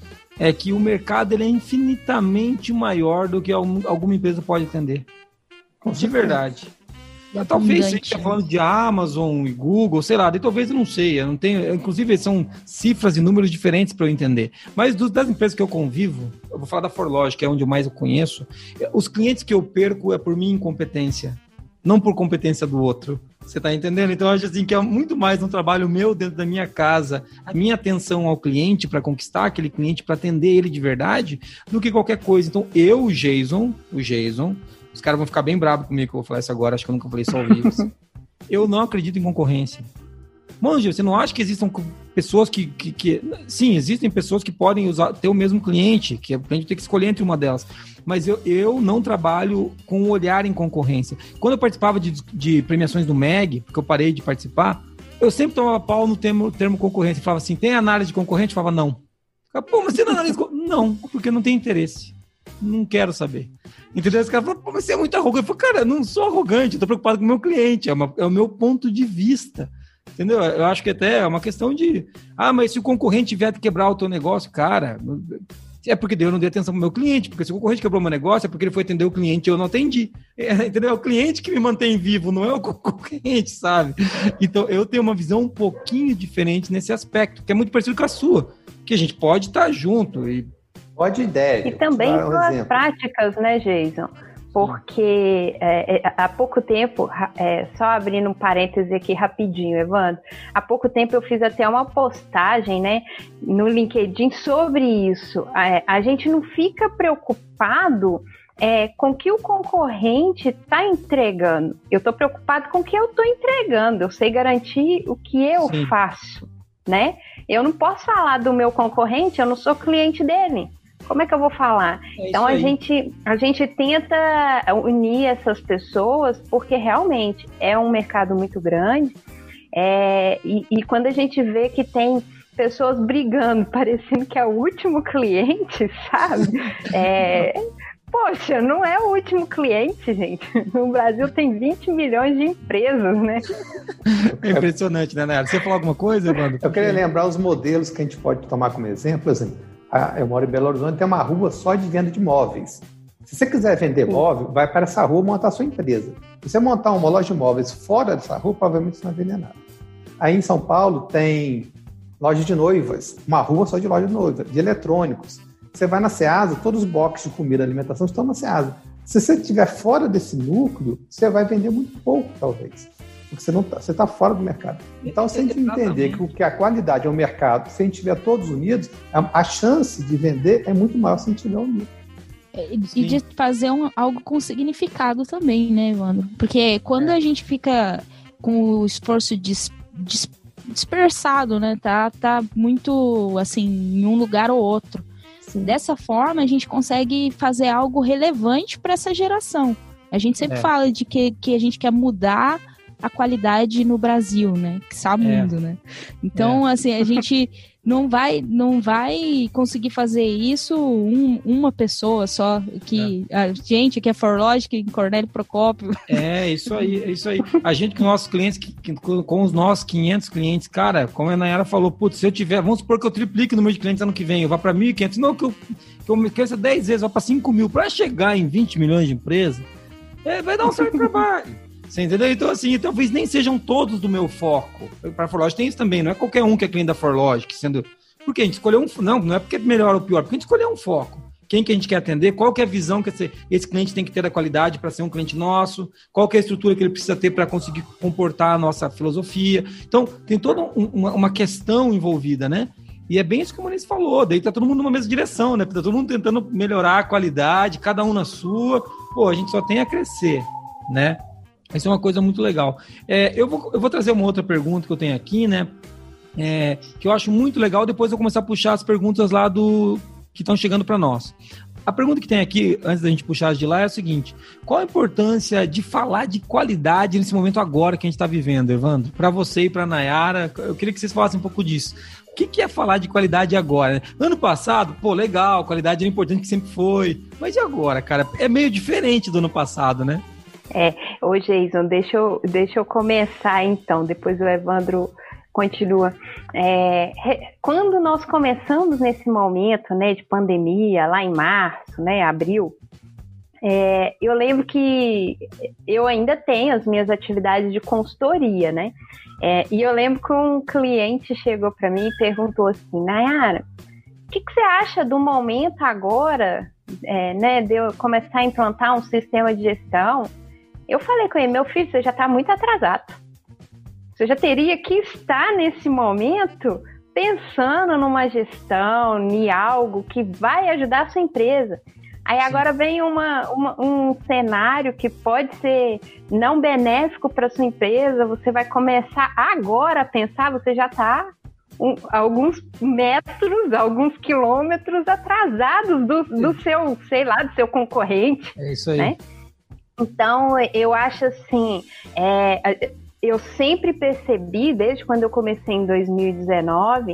é que o mercado ele é infinitamente maior do que alguma empresa pode atender. De verdade. É talvez se a gente está falando de Amazon e Google, sei lá, daí talvez eu não sei. Eu não tenho, inclusive, são cifras e números diferentes para eu entender. Mas dos, das empresas que eu convivo, eu vou falar da ForLogic, que é onde eu mais eu conheço, os clientes que eu perco é por minha incompetência, não por competência do outro. Você está entendendo? Então, eu acho assim que é muito mais um trabalho meu dentro da minha casa, a minha atenção ao cliente para conquistar aquele cliente, para atender ele de verdade, do que qualquer coisa. Então, eu, o Jason, o Jason, os caras vão ficar bem bravos comigo que eu vou falar isso agora, acho que eu nunca falei isso ao vivo. Eu não acredito em concorrência. Mano, você não acha que existam pessoas que, que, que... Sim, existem pessoas que podem usar, ter o mesmo cliente, que a gente tem que escolher entre uma delas. Mas eu, eu não trabalho com o olhar em concorrência. Quando eu participava de, de premiações do M E G, porque eu parei de participar, eu sempre tomava pau no termo, termo concorrência. Falava assim, tem análise de concorrente? Eu falava, não. Eu falava, pô, mas você não analisa... Não, porque não tem interesse. Não quero saber. Entendeu? Os caras falam, pô, mas você é muito arrogante. Eu falei, cara, eu não sou arrogante, eu tô preocupado com o meu cliente, é, uma, é o meu ponto de vista. Entendeu? Eu acho que até é uma questão de... Ah, mas se o concorrente vier quebrar o teu negócio, cara... É porque eu não dei atenção pro meu cliente, porque se o concorrente quebrou o meu negócio, é porque ele foi atender o cliente e eu não atendi. É, entendeu? É o cliente que me mantém vivo, não é o concorrente, sabe? Então, eu tenho uma visão um pouquinho diferente nesse aspecto, que é muito parecido com a sua, que a gente pode estar junto. E... Pode ideia. E também um pelas exemplo. práticas, né, Jason? Porque é, é, há pouco tempo, é, só abrindo um parêntese aqui rapidinho, Evandro, há pouco tempo eu fiz até uma postagem, né, no LinkedIn sobre isso. A, a gente não fica preocupado é, com o que o concorrente está entregando. Eu estou preocupado com o que eu estou entregando. Eu sei garantir o que eu Sim. faço, né? Eu não posso falar do meu concorrente, eu não sou cliente dele. Como é que eu vou falar? É então a gente, a gente tenta unir essas pessoas porque realmente é um mercado muito grande é, e, e quando a gente vê que tem pessoas brigando, parecendo que é o último cliente, sabe? É, poxa, não é o último cliente, gente. No Brasil tem vinte milhões de empresas, né? É impressionante, né, Nayara? Você falou alguma coisa, Evandro? Eu queria lembrar os modelos que a gente pode tomar como exemplo, por exemplo. Eu moro em Belo Horizonte, tem uma rua só de venda de móveis. Se você quiser vender móvel, vai para essa rua montar a sua empresa. Se você montar uma loja de móveis fora dessa rua, provavelmente você não vai vender nada. Aí em São Paulo tem loja de noivas, uma rua só de loja de noivas, de eletrônicos. Você vai na Ceasa, todos os boxes de comida e alimentação estão na Ceasa. Se você estiver fora desse núcleo, você vai vender muito pouco, talvez. Porque você está você tá fora do mercado. Então, se a gente entender que, que a qualidade é o mercado, se a gente estiver todos unidos, a, a chance de vender é muito maior se a gente estiver unido. E, e de fazer um, algo com significado também, né, Evandro? Porque quando é. a gente fica com o esforço dis, dis, dispersado, né, tá, tá muito, assim, em um lugar ou outro. Sim. Dessa forma, a gente consegue fazer algo relevante para essa geração. A gente sempre é. fala de que, que a gente quer mudar a qualidade no Brasil, né? Que está mundo, é. né? Então, é. assim, a gente não vai, não vai conseguir fazer isso um, uma pessoa só, que é. a gente que é ForLogic, Cornélio Procópio. É, isso aí, é isso aí. A gente com nossos clientes, que, que, com os nossos quinhentos clientes, cara, como a Nayara falou, putz, se eu tiver, vamos supor que eu triplique o número de clientes ano que vem, eu vá para mil e quinhentos, não, que eu, que eu cresça dez vezes, vá para cinco mil, para chegar em vinte milhões de empresas, é, vai dar um certo trabalho. Você entendeu? Então, assim, talvez nem sejam todos do meu foco. Para a ForLogic tem isso também, não é qualquer um que é cliente da ForLogic, sendo... Porque a gente escolheu um... Não, não é porque é melhor ou pior, porque a gente escolheu um foco. Quem que a gente quer atender, qual que é a visão que esse, esse cliente tem que ter da qualidade para ser um cliente nosso, qual que é a estrutura que ele precisa ter para conseguir comportar a nossa filosofia. Então, tem toda um, uma, uma questão envolvida, né? E é bem isso que o Muniz falou, daí tá todo mundo numa mesma direção, né? Tá todo mundo tentando melhorar a qualidade, cada um na sua. Pô, a gente só tem a crescer, né? Isso é uma coisa muito legal. É, eu, vou, eu vou trazer uma outra pergunta que eu tenho aqui, né? É, que eu acho muito legal, depois eu vou começar a puxar as perguntas lá do que estão chegando para nós. A pergunta que tem aqui, antes da gente puxar as de lá, é o seguinte: qual a importância de falar de qualidade nesse momento agora que a gente está vivendo, Evandro? Para você e para a Nayara, eu queria que vocês falassem um pouco disso. O que, que é falar de qualidade agora? Ano passado, pô, legal, qualidade era importante, que sempre foi. Mas e agora, cara? É meio diferente do ano passado, né? É, ô Jason, deixa eu, deixa eu começar então, depois o Evandro continua. É, quando nós começamos nesse momento, né, de pandemia, lá em março, né, abril, é, eu lembro que eu ainda tenho as minhas atividades de consultoria, né, é, e eu lembro que um cliente chegou para mim e perguntou assim: Nayara, o que, que você acha do momento agora, é, né, de eu começar a implantar um sistema de gestão? Eu falei com ele: meu filho, você já está muito atrasado. Você já teria que estar nesse momento pensando numa gestão, em algo que vai ajudar a sua empresa. Aí Sim. agora vem uma, uma, um cenário que pode ser não benéfico para a sua empresa, você vai começar agora a pensar, você já está um, alguns metros, alguns quilômetros atrasados do, do seu, sei lá, do seu concorrente. É isso aí. Né? Então, eu acho assim, é, eu sempre percebi, desde quando eu comecei em dois mil e dezenove,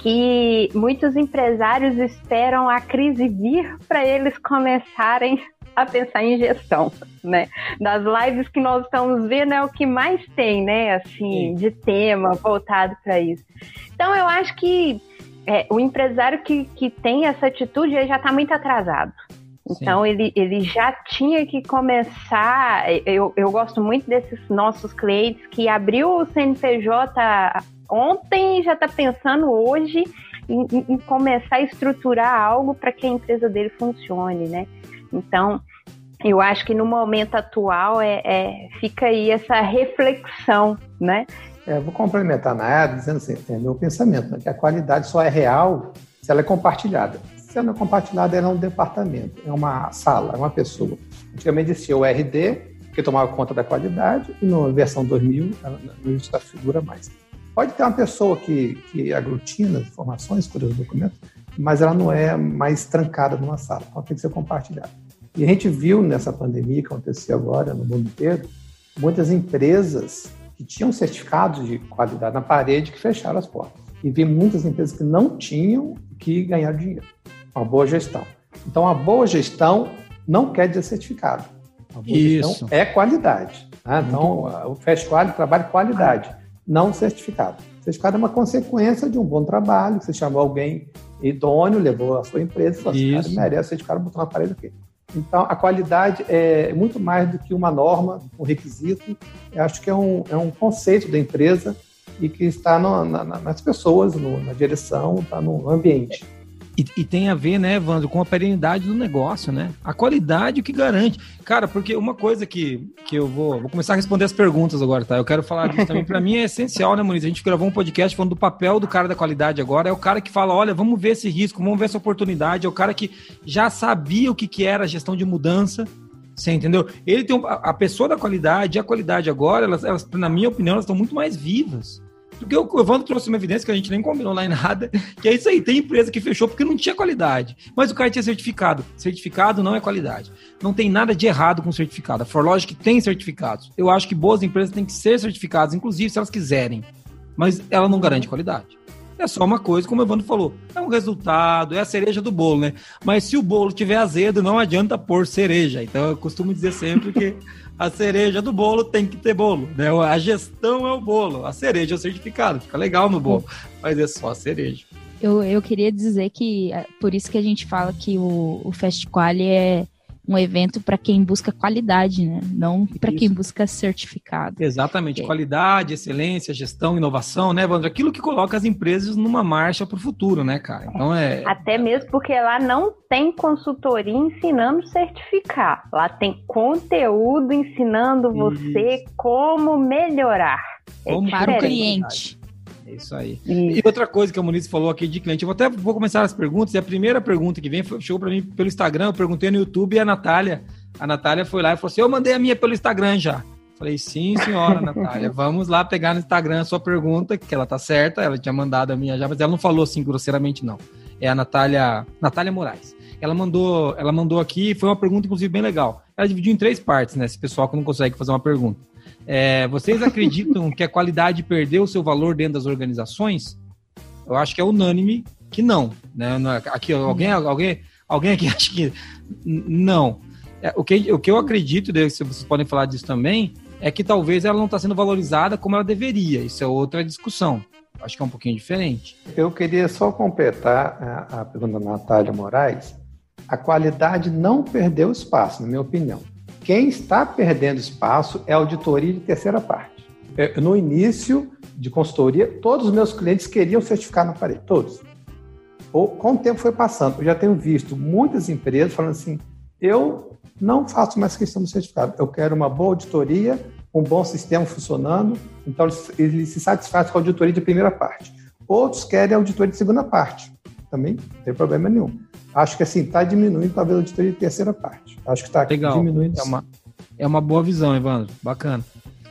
que muitos empresários esperam a crise vir para eles começarem a pensar em gestão, né? Das lives que nós estamos vendo é o que mais tem, né? Assim, de tema voltado para isso. Então, eu acho que é, o empresário que, que tem essa atitude, ele já está muito atrasado. Então, ele, ele já tinha que começar. Eu, eu gosto muito desses nossos clientes que abriu o C N P J ontem e já está pensando hoje em, em começar a estruturar algo para que a empresa dele funcione, né? Então, eu acho que no momento atual é, é, fica aí essa reflexão, né? É, vou complementar na área dizendo assim, é meu pensamento, né, que a qualidade só é real se ela é compartilhada. Se ela não é compartilhada, ela é um departamento, é uma sala, é uma pessoa. Antigamente existia o R D, que tomava conta da qualidade, e na versão dois mil, não existe a figura mais. Pode ter uma pessoa que, que aglutina as informações, escolhe os documentos, mas ela não é mais trancada numa sala, então tem que ser compartilhada. E a gente viu nessa pandemia que aconteceu agora no mundo inteiro, muitas empresas que tinham certificados de qualidade na parede que fecharam as portas. E vi muitas empresas que não tinham que ganhar dinheiro. Uma boa gestão. Então, a boa gestão não quer dizer certificado. A boa Isso. gestão é qualidade. Né? Então, o Fast Quality trabalha qualidade, não certificado. Certificado é uma consequência de um bom trabalho, você chamou alguém idôneo, levou a sua empresa, falou assim, cara, merece certificado, botou na parede aqui. Então, a qualidade é muito mais do que uma norma, um requisito. Eu acho que é um, é um conceito da empresa e que está no, na, nas pessoas, no, na direção, está no ambiente. E, e tem a ver, né, Evandro, com a perenidade do negócio, né? A qualidade o que garante. Cara, porque uma coisa que, que eu vou... Vou começar a responder as perguntas agora, tá? Eu quero falar disso também. Para mim é essencial, né, Muniz? A gente gravou um podcast falando do papel do cara da qualidade agora. É o cara que fala, olha, vamos ver esse risco, vamos ver essa oportunidade. É o cara que já sabia o que, que era a gestão de mudança. Você entendeu? Ele tem um, a pessoa da qualidade e a qualidade agora, elas, elas, na minha opinião, elas estão muito mais vivas. Porque o Evandro trouxe uma evidência que a gente nem combinou lá em nada, que é isso aí, tem empresa que fechou porque não tinha qualidade, mas o cara tinha certificado. Certificado não é qualidade. Não tem nada de errado com certificado. A ForLogic tem certificados. Eu acho que boas empresas têm que ser certificadas, inclusive se elas quiserem, mas ela não garante qualidade. É só uma coisa, como o Evandro falou, é um resultado, é a cereja do bolo, né? Mas se o bolo tiver azedo, não adianta pôr cereja. Então eu costumo dizer sempre que a cereja do bolo tem que ter bolo, né? A gestão é o bolo, a cereja é o certificado, fica legal no bolo, mas é só a cereja. Eu, eu queria dizer que, por isso que a gente fala que o, o Fast Quali é um evento para quem busca qualidade, né? Não para quem busca certificado. Exatamente, é. Qualidade, excelência, gestão, inovação, né, Evandro? Aquilo que coloca as empresas numa marcha para o futuro, né, cara? Então é... Até mesmo porque lá não tem consultoria ensinando a certificar. Lá tem conteúdo ensinando você Isso. como melhorar. Como é para o cliente. É isso aí. Isso. E outra coisa que a Muniz falou aqui de cliente, eu vou até vou começar as perguntas, e a primeira pergunta que vem foi, chegou para mim pelo Instagram, eu perguntei no YouTube, e a Natália, a Natália foi lá e falou assim, eu mandei a minha pelo Instagram já. Falei, sim, senhora, Natália, vamos lá pegar no Instagram a sua pergunta, que ela tá certa, ela tinha mandado a minha já, mas ela não falou assim grosseiramente, não. É a Natália, Natália Moraes. Ela mandou, ela mandou aqui, foi uma pergunta, inclusive, bem legal. Ela dividiu em três partes, né, esse pessoal que não consegue fazer uma pergunta. É, vocês acreditam que a qualidade perdeu o seu valor dentro das organizações? Eu acho que é unânime que não, né? Aqui, alguém, alguém, alguém aqui acha que não. É, o, que, o que eu acredito, se vocês podem falar disso também, é que talvez ela não está sendo valorizada como ela deveria. Isso é outra discussão. Acho que é um pouquinho diferente. Eu queria só completar a, a pergunta da Natália Moraes. A qualidade não perdeu espaço, na minha opinião. Quem está perdendo espaço é a auditoria de terceira parte. No início de consultoria, todos os meus clientes queriam certificar na parede, todos. Com o tempo foi passando, eu já tenho visto muitas empresas falando assim, eu não faço mais questão do certificado, eu quero uma boa auditoria, um bom sistema funcionando, então eles, eles se satisfazem com a auditoria de primeira parte. Outros querem a auditoria de segunda parte, também não tem problema nenhum. Acho que assim, está diminuindo talvez a auditoria de terceira parte. Acho que está diminuindo. É uma, é uma boa visão, Evandro. Bacana.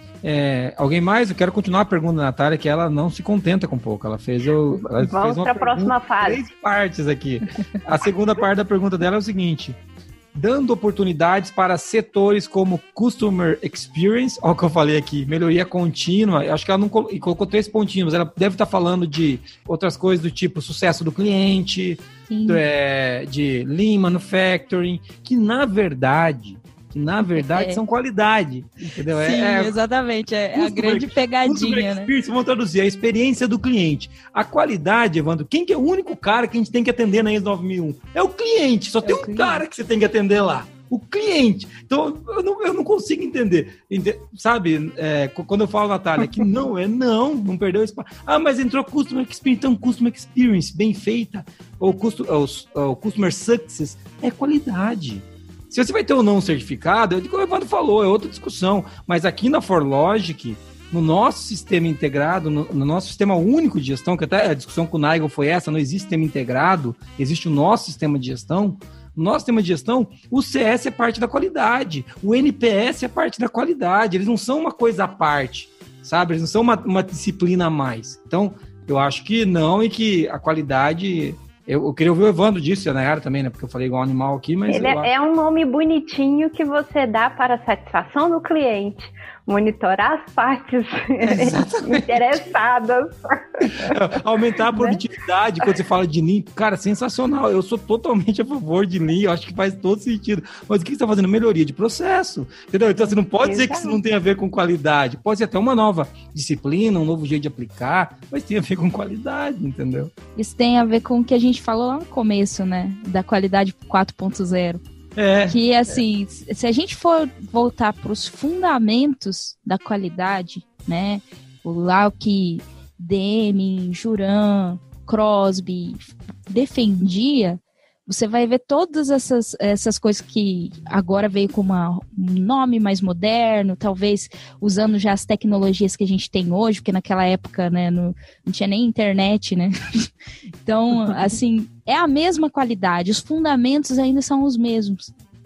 É, alguém mais? Eu quero continuar a pergunta da Natália, que ela não se contenta com pouco. Ela fez, eu, ela Vamos para a próxima fase. Três partes aqui. A segunda parte da pergunta dela é o seguinte. Dando oportunidades para setores como Customer Experience, olha o que eu falei aqui, melhoria contínua, acho que ela não colocou, colocou três pontinhos, mas ela deve estar falando de outras coisas do tipo sucesso do cliente, do, é, de Lean Manufacturing, que na verdade, que na verdade é. são qualidade, entendeu? Sim, é, exatamente, é a grande pegadinha, né? Vamos traduzir, a experiência do cliente. A qualidade, Evandro, quem que é o único cara que a gente tem que atender na I S O nove mil e um? É o cliente, só é tem um cliente. Cara que você tem que atender lá. O cliente. Então, eu não, eu não consigo entender. Ente, sabe, é, quando eu falo, Natália, que não, é não, não perdeu espaço. Ah, mas entrou Customer Experience, então Customer Experience bem feita, ou, custo, ou, ou Customer Success, é qualidade. Se você vai ter ou não um certificado, como o Evandro falou, é outra discussão. Mas aqui na ForLogic, no nosso sistema integrado, no, no nosso sistema único de gestão, que até a discussão com o Nigel foi essa, não existe sistema integrado, existe o nosso sistema de gestão. No nosso sistema de gestão, o C S é parte da qualidade, o N P S é parte da qualidade, eles não são uma coisa à parte, sabe? Eles não são uma, uma disciplina a mais. Então, eu acho que não, e que a qualidade... Eu, eu queria ouvir o Evandro disso, a Nayara também, né? Porque eu falei igual animal aqui, mas... Ele é, é um nome bonitinho que você dá para a satisfação do cliente. Monitorar as partes interessadas. Aumentar a produtividade, né? Quando você fala de Lean, cara, sensacional. Eu sou totalmente a favor de Lean, eu acho que faz todo sentido. Mas o que você está fazendo? Melhoria de processo, entendeu? Então você não pode Exatamente. dizer que isso não tem a ver com qualidade. Pode ser até uma nova disciplina, um novo jeito de aplicar, mas tem a ver com qualidade, entendeu? Isso tem a ver com o que a gente falou lá no começo, né? Da qualidade quatro ponto zero. É, que assim, é. se a gente for voltar para os fundamentos da qualidade, né, lá o que Deming, Juran, Crosby defendia, você vai ver todas essas, essas coisas que agora veio com uma, um nome mais moderno, talvez usando já as tecnologias que a gente tem hoje, porque naquela época, né, não, não tinha nem internet, né? Então, assim, é a mesma qualidade, os fundamentos ainda são os mesmos.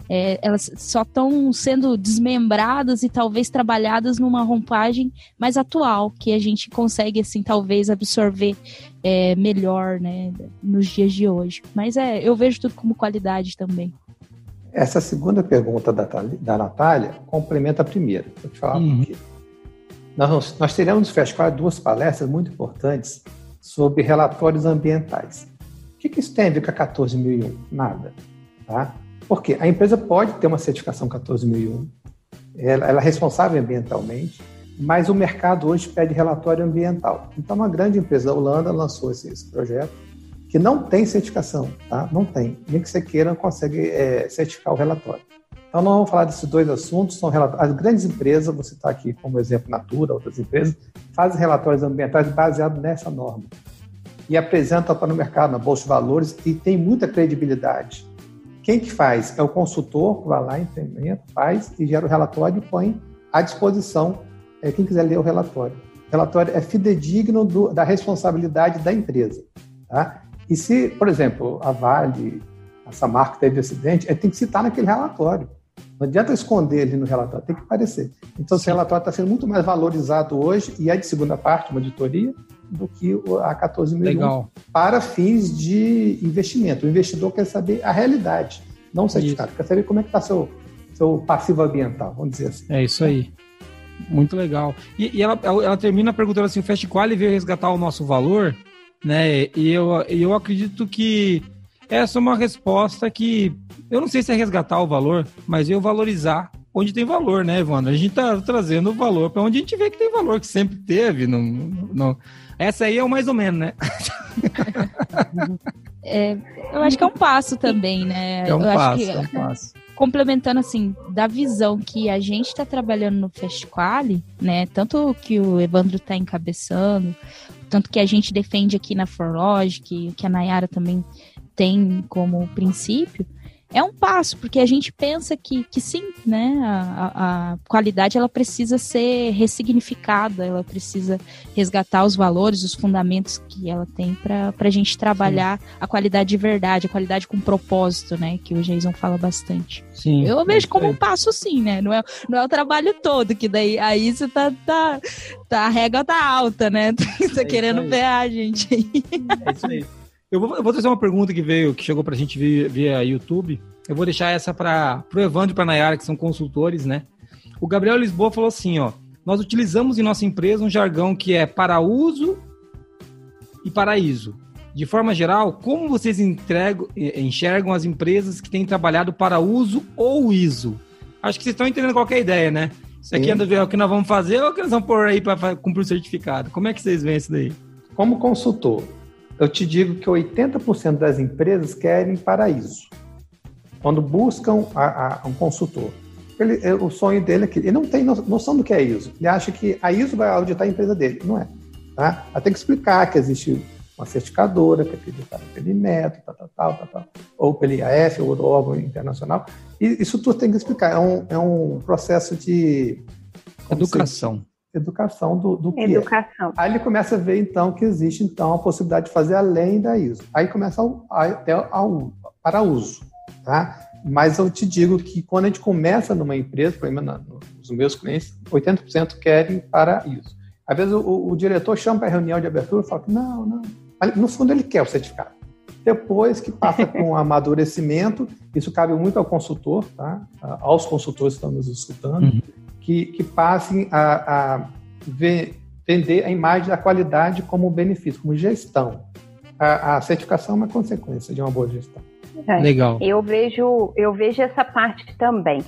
é, elas só estão sendo desmembradas e talvez trabalhadas numa roupagem mais atual, que a gente consegue, assim, talvez absorver é, melhor, né, nos dias de hoje. Mas é, eu vejo tudo como qualidade também. Essa segunda pergunta da, da Natália complementa a primeira. Vou te falar uhum. por quê. Nós, nós teremos no FestQuali duas palestras muito importantes sobre relatórios ambientais. O que, que isso tem a ver com a quatorze mil e um? Nada. Tá? Porque a empresa pode ter uma certificação quatorze mil e um, ela, ela é responsável ambientalmente, mas o mercado hoje pede relatório ambiental. Então, uma grande empresa da Holanda lançou esse, esse projeto, que não tem certificação, tá? Não tem. Nem que você queira, não consegue é, certificar o relatório. Então, nós vamos falar desses dois assuntos. São relatórios. As grandes empresas, você está aqui como exemplo, Natura, outras empresas, fazem relatórios ambientais baseados nessa norma e apresentam para o mercado, na Bolsa de Valores, e tem muita credibilidade. Quem que faz? É o consultor que vai lá, implementa, faz e gera o relatório e põe à disposição é, quem quiser ler o relatório. O relatório é fidedigno do, da responsabilidade da empresa, tá? E se, por exemplo, a Vale, a Samarco teve acidente, tem que citar naquele relatório. Não adianta esconder ele no relatório, tem que aparecer. Então, esse relatório está sendo muito mais valorizado hoje, e é de segunda parte, uma auditoria, do que a quatorze mil e um, para fins de investimento. O investidor quer saber a realidade, não o certificado. Quer saber como é que está seu, seu passivo ambiental, vamos dizer assim. É isso aí. Muito legal. E, e ela, ela termina perguntando assim, o FestQuali veio resgatar o nosso valor, né? E eu, eu acredito que essa é uma resposta que eu não sei se é resgatar o valor, mas eu valorizar onde tem valor, né, Evandro? A gente tá trazendo o valor para onde a gente vê que tem valor, que sempre teve. Não, não... Essa aí é o mais ou menos, né? É, eu acho que é um passo também, né? É um eu passo, acho que, é um passo. Complementando, assim, da visão que a gente está trabalhando no FestQuali, né? Tanto que o Evandro está encabeçando, tanto que a gente defende aqui na ForLogic, que a Nayara também tem como princípio, é um passo, porque a gente pensa que, que sim, né, a, a qualidade ela precisa ser ressignificada, ela precisa resgatar os valores, os fundamentos que ela tem para a gente trabalhar sim. a qualidade de verdade, a qualidade com propósito, né, que o Jason fala bastante. Sim, eu vejo como é. um passo sim, né, não é, não é o trabalho todo, que daí aí você tá, tá, tá a régua tá alta, né, tá é querendo ver a gente aí. É isso aí. Eu vou, eu vou trazer uma pergunta que veio, que chegou pra gente via, via YouTube. Eu vou deixar essa para pro Evandro e pra Nayara, que são consultores, né? O Gabriel Lisboa falou assim, ó. Nós utilizamos em nossa empresa um jargão que é para uso e paraíso. De forma geral, como vocês entregam, enxergam as empresas que têm trabalhado para uso ou I S O? Acho que vocês estão entendendo qual que é a ideia, né? Isso aqui Sim. é o que nós vamos fazer ou o que nós vamos pôr aí para cumprir o certificado? Como é que vocês veem isso daí? Como consultor, eu te digo que oitenta por cento das empresas querem paraíso. Quando buscam a, a, um consultor, ele, o sonho dele é que ele não tem noção do que é I S O. Ele acha que a I S O vai auditar a empresa dele. Não é. Tá? Ela tem que explicar que existe uma certificadora que acredita pelo Inmetro, tal, tal, tal, tal, tal, ou pelo I A F, ou outro órgão internacional. E isso tudo tem que explicar. É um, é um processo de... Educação. Educação do, do que Educação. É. Aí ele começa a ver, então, que existe, então, a possibilidade de fazer além da I S O. Aí começa a, até ao, para uso, tá? Mas eu te digo que quando a gente começa numa empresa, por exemplo, nos meus clientes, oitenta por cento querem para I S O. Às vezes o, o, o diretor chama para a reunião de abertura e fala que não, não. Mas, no fundo, ele quer o certificado. Depois que passa com amadurecimento, isso cabe muito ao consultor, tá? Aos consultores que estão nos escutando, uhum. que, que passem a, a ver, vender a imagem da qualidade como benefício, como gestão. A, a certificação é uma consequência de uma boa gestão. É, Legal. Eu vejo, eu vejo essa parte também.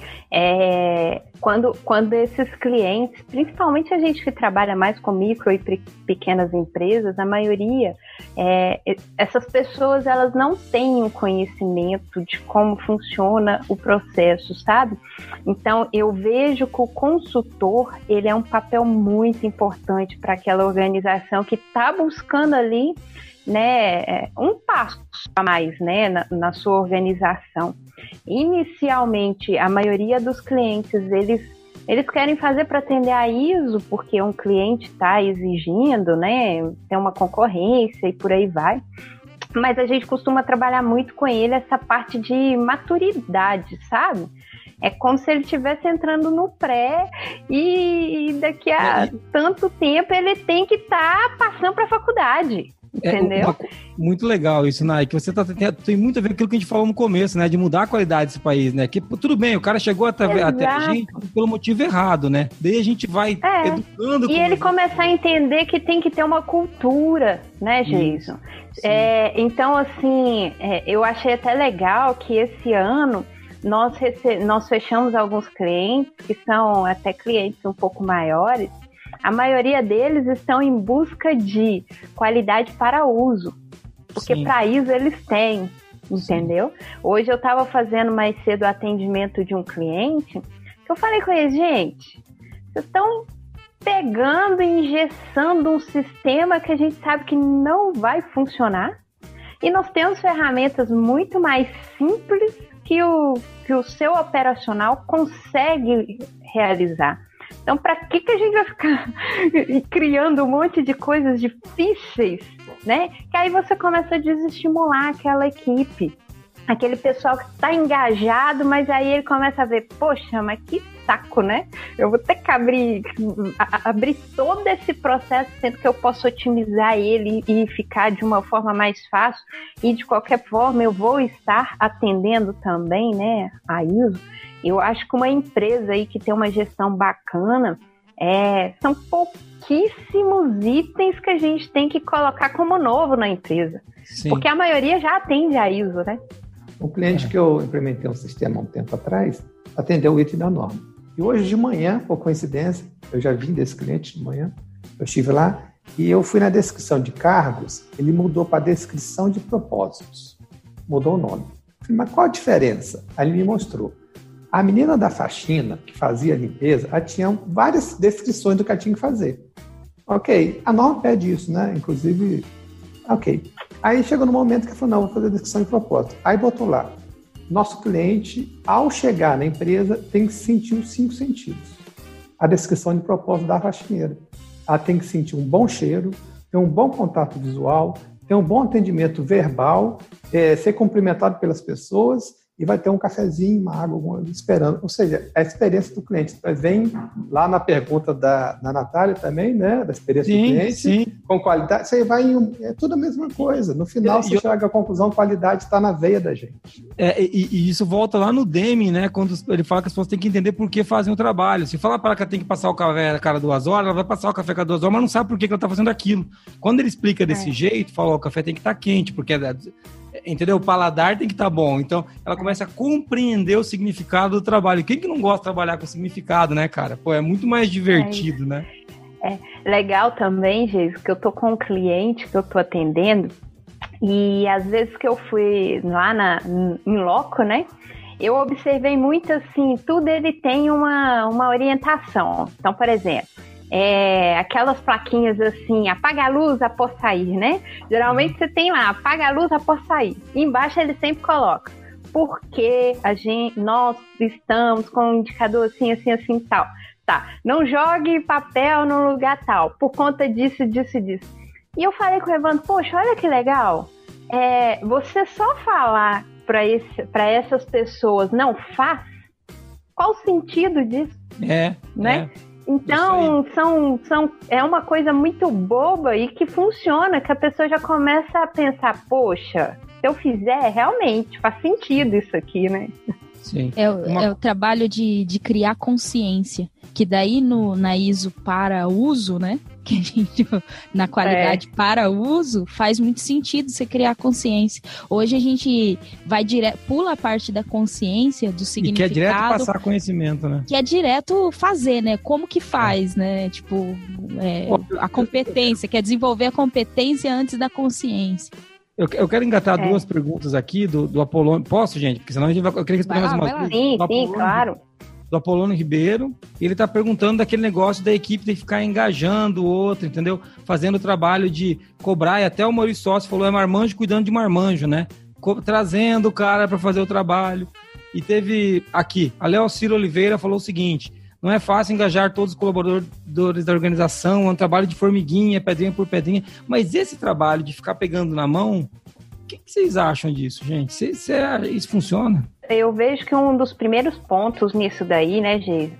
É, quando, quando esses clientes, principalmente a gente que trabalha mais com micro e pequenas empresas, a maioria, é, essas pessoas elas não têm um conhecimento de como funciona o processo, sabe? Então, eu vejo que o consultor, ele é um papel muito importante para aquela organização que está buscando ali, né, um passo a mais, né, na, na sua organização. Inicialmente, a maioria dos clientes, eles, eles querem fazer para atender a I S O, porque um cliente está exigindo, né, tem uma concorrência e por aí vai. mas a gente costuma trabalhar muito com ele essa parte de maturidade, sabe? É como se ele estivesse entrando no pré e daqui a é, tanto tempo ele tem que estar tá passando para a faculdade. Entendeu? É uma, muito legal isso, Nai, que você tá, tem, tem muito a ver com aquilo que a gente falou no começo, né? De mudar a qualidade desse país, né? Que tudo bem, o cara chegou até, até a gente pelo motivo errado, né? Daí a gente vai é. educando. E ele começar a entender que tem que ter uma cultura, né, Jason? É, então, assim, é, eu achei até legal que esse ano nós, rece- nós fechamos alguns clientes que são até clientes um pouco maiores. A maioria deles estão em busca de qualidade para uso, porque para isso eles têm, entendeu? Sim. Hoje eu estava fazendo mais cedo o atendimento de um cliente, que eu falei com ele, gente, vocês estão pegando e engessando um sistema que a gente sabe que não vai funcionar, e nós temos ferramentas muito mais simples que o, que o seu operacional consegue realizar. Então, para que, que a gente vai ficar criando um monte de coisas difíceis, né? Que aí você começa a desestimular aquela equipe, aquele pessoal que está engajado, mas aí ele começa a ver, poxa, mas que saco, né? Eu vou ter que abrir, a, abrir todo esse processo, sendo que eu posso otimizar ele e ficar de uma forma mais fácil, e de qualquer forma eu vou estar atendendo também, né, a I S O. Eu acho que uma empresa aí que tem uma gestão bacana, é, são pouquíssimos itens que a gente tem que colocar como novo na empresa. Sim. Porque a maioria já atende a I S O, né? Um cliente que eu implementei um sistema há um tempo atrás, atendeu o item da norma. E hoje de manhã, por coincidência, eu já vim desse cliente de manhã, eu estive lá, e eu fui na descrição de cargos, ele mudou para descrição de propósitos. Mudou o nome. Eu falei, mas qual a diferença? Aí ele me mostrou. A menina da faxina, que fazia a limpeza, ela tinha várias descrições do que ela tinha que fazer. Ok, a norma pede isso, né? Inclusive, ok. Aí chegou no momento que ela falou, não, vou fazer a descrição de propósito. Aí botou lá, nosso cliente, ao chegar na empresa, tem que sentir os cinco sentidos. A descrição de propósito da faxineira. Ela tem que sentir um bom cheiro, ter um bom contato visual, ter um bom atendimento verbal, é, ser cumprimentado pelas pessoas, e vai ter um cafezinho, uma água, alguma coisa esperando. Ou seja, a experiência do cliente. Vem lá na pergunta da, da Natália também, né? Da experiência sim, do cliente, sim. Com qualidade. Você vai em, é tudo a mesma coisa. No final, é, você eu... chega à conclusão, qualidade está na veia da gente. É, e, e isso volta lá no Deming, né? Quando ele fala que as pessoas têm que entender por que fazem o trabalho. Se falar para ela que ela tem que passar o café a cada duas horas, ela vai passar o café a cada duas horas, mas não sabe por que ela está fazendo aquilo. Quando ele explica desse é. jeito, fala, ó, o café tem que estar tá quente, porque... Entendeu? O paladar tem que estar tá bom. Então, ela começa a compreender o significado do trabalho. Quem que não gosta de trabalhar com significado, né, cara? Pô, é muito mais divertido, é né? É legal também, Jesus, que eu tô com um cliente que eu tô atendendo e às vezes que eu fui lá na, em loco, né? Eu observei muito assim, tudo ele tem uma, uma orientação. Então, por exemplo, É, aquelas plaquinhas assim, apaga a luz após sair, né? Geralmente você tem lá, apaga a luz após sair. E embaixo ele sempre coloca, porque a gente, nós estamos com um indicador assim, assim, assim, tal. Tá, não jogue papel no lugar tal, por conta disso, disso e disso. E eu falei com o Evandro, poxa, olha que legal. É, você só falar para esse, para essas pessoas, não faz? Qual o sentido disso? É, né? É. Então, são, são, é uma coisa muito boba e que funciona, que a pessoa já começa a pensar, poxa, se eu fizer, realmente faz sentido isso aqui, né? Sim. É, uma... é o trabalho de, de criar consciência, que daí no, na I S O para uso, né? Que a gente, na qualidade é. para uso, faz muito sentido você criar consciência. Hoje a gente vai direto, pula a parte da consciência, do significado. E que é direto passar conhecimento, né? Que é direto fazer, né? Como que faz, é. né? Tipo, é, a competência, que é desenvolver a competência antes da consciência. Eu, eu quero engatar é. duas perguntas aqui do, do Apolônio. Posso, gente? Porque senão a gente vai... Eu queria responder mais uma coisa. Sim, sim, claro. Do Apolônio Ribeiro, ele está perguntando daquele negócio da equipe de ficar engajando o outro, entendeu? Fazendo o trabalho de cobrar, e até o Maurício Sócio falou, é marmanjo cuidando de marmanjo, né? Co- trazendo o cara para fazer o trabalho. E teve aqui, a Leocira Oliveira falou o seguinte, não é fácil engajar todos os colaboradores da organização, é um trabalho de formiguinha, pedrinha por pedrinha, mas esse trabalho de ficar pegando na mão, que, que vocês acham disso, gente? Cê, cê, isso funciona? Eu vejo que um dos primeiros pontos nisso daí, né, Geisa,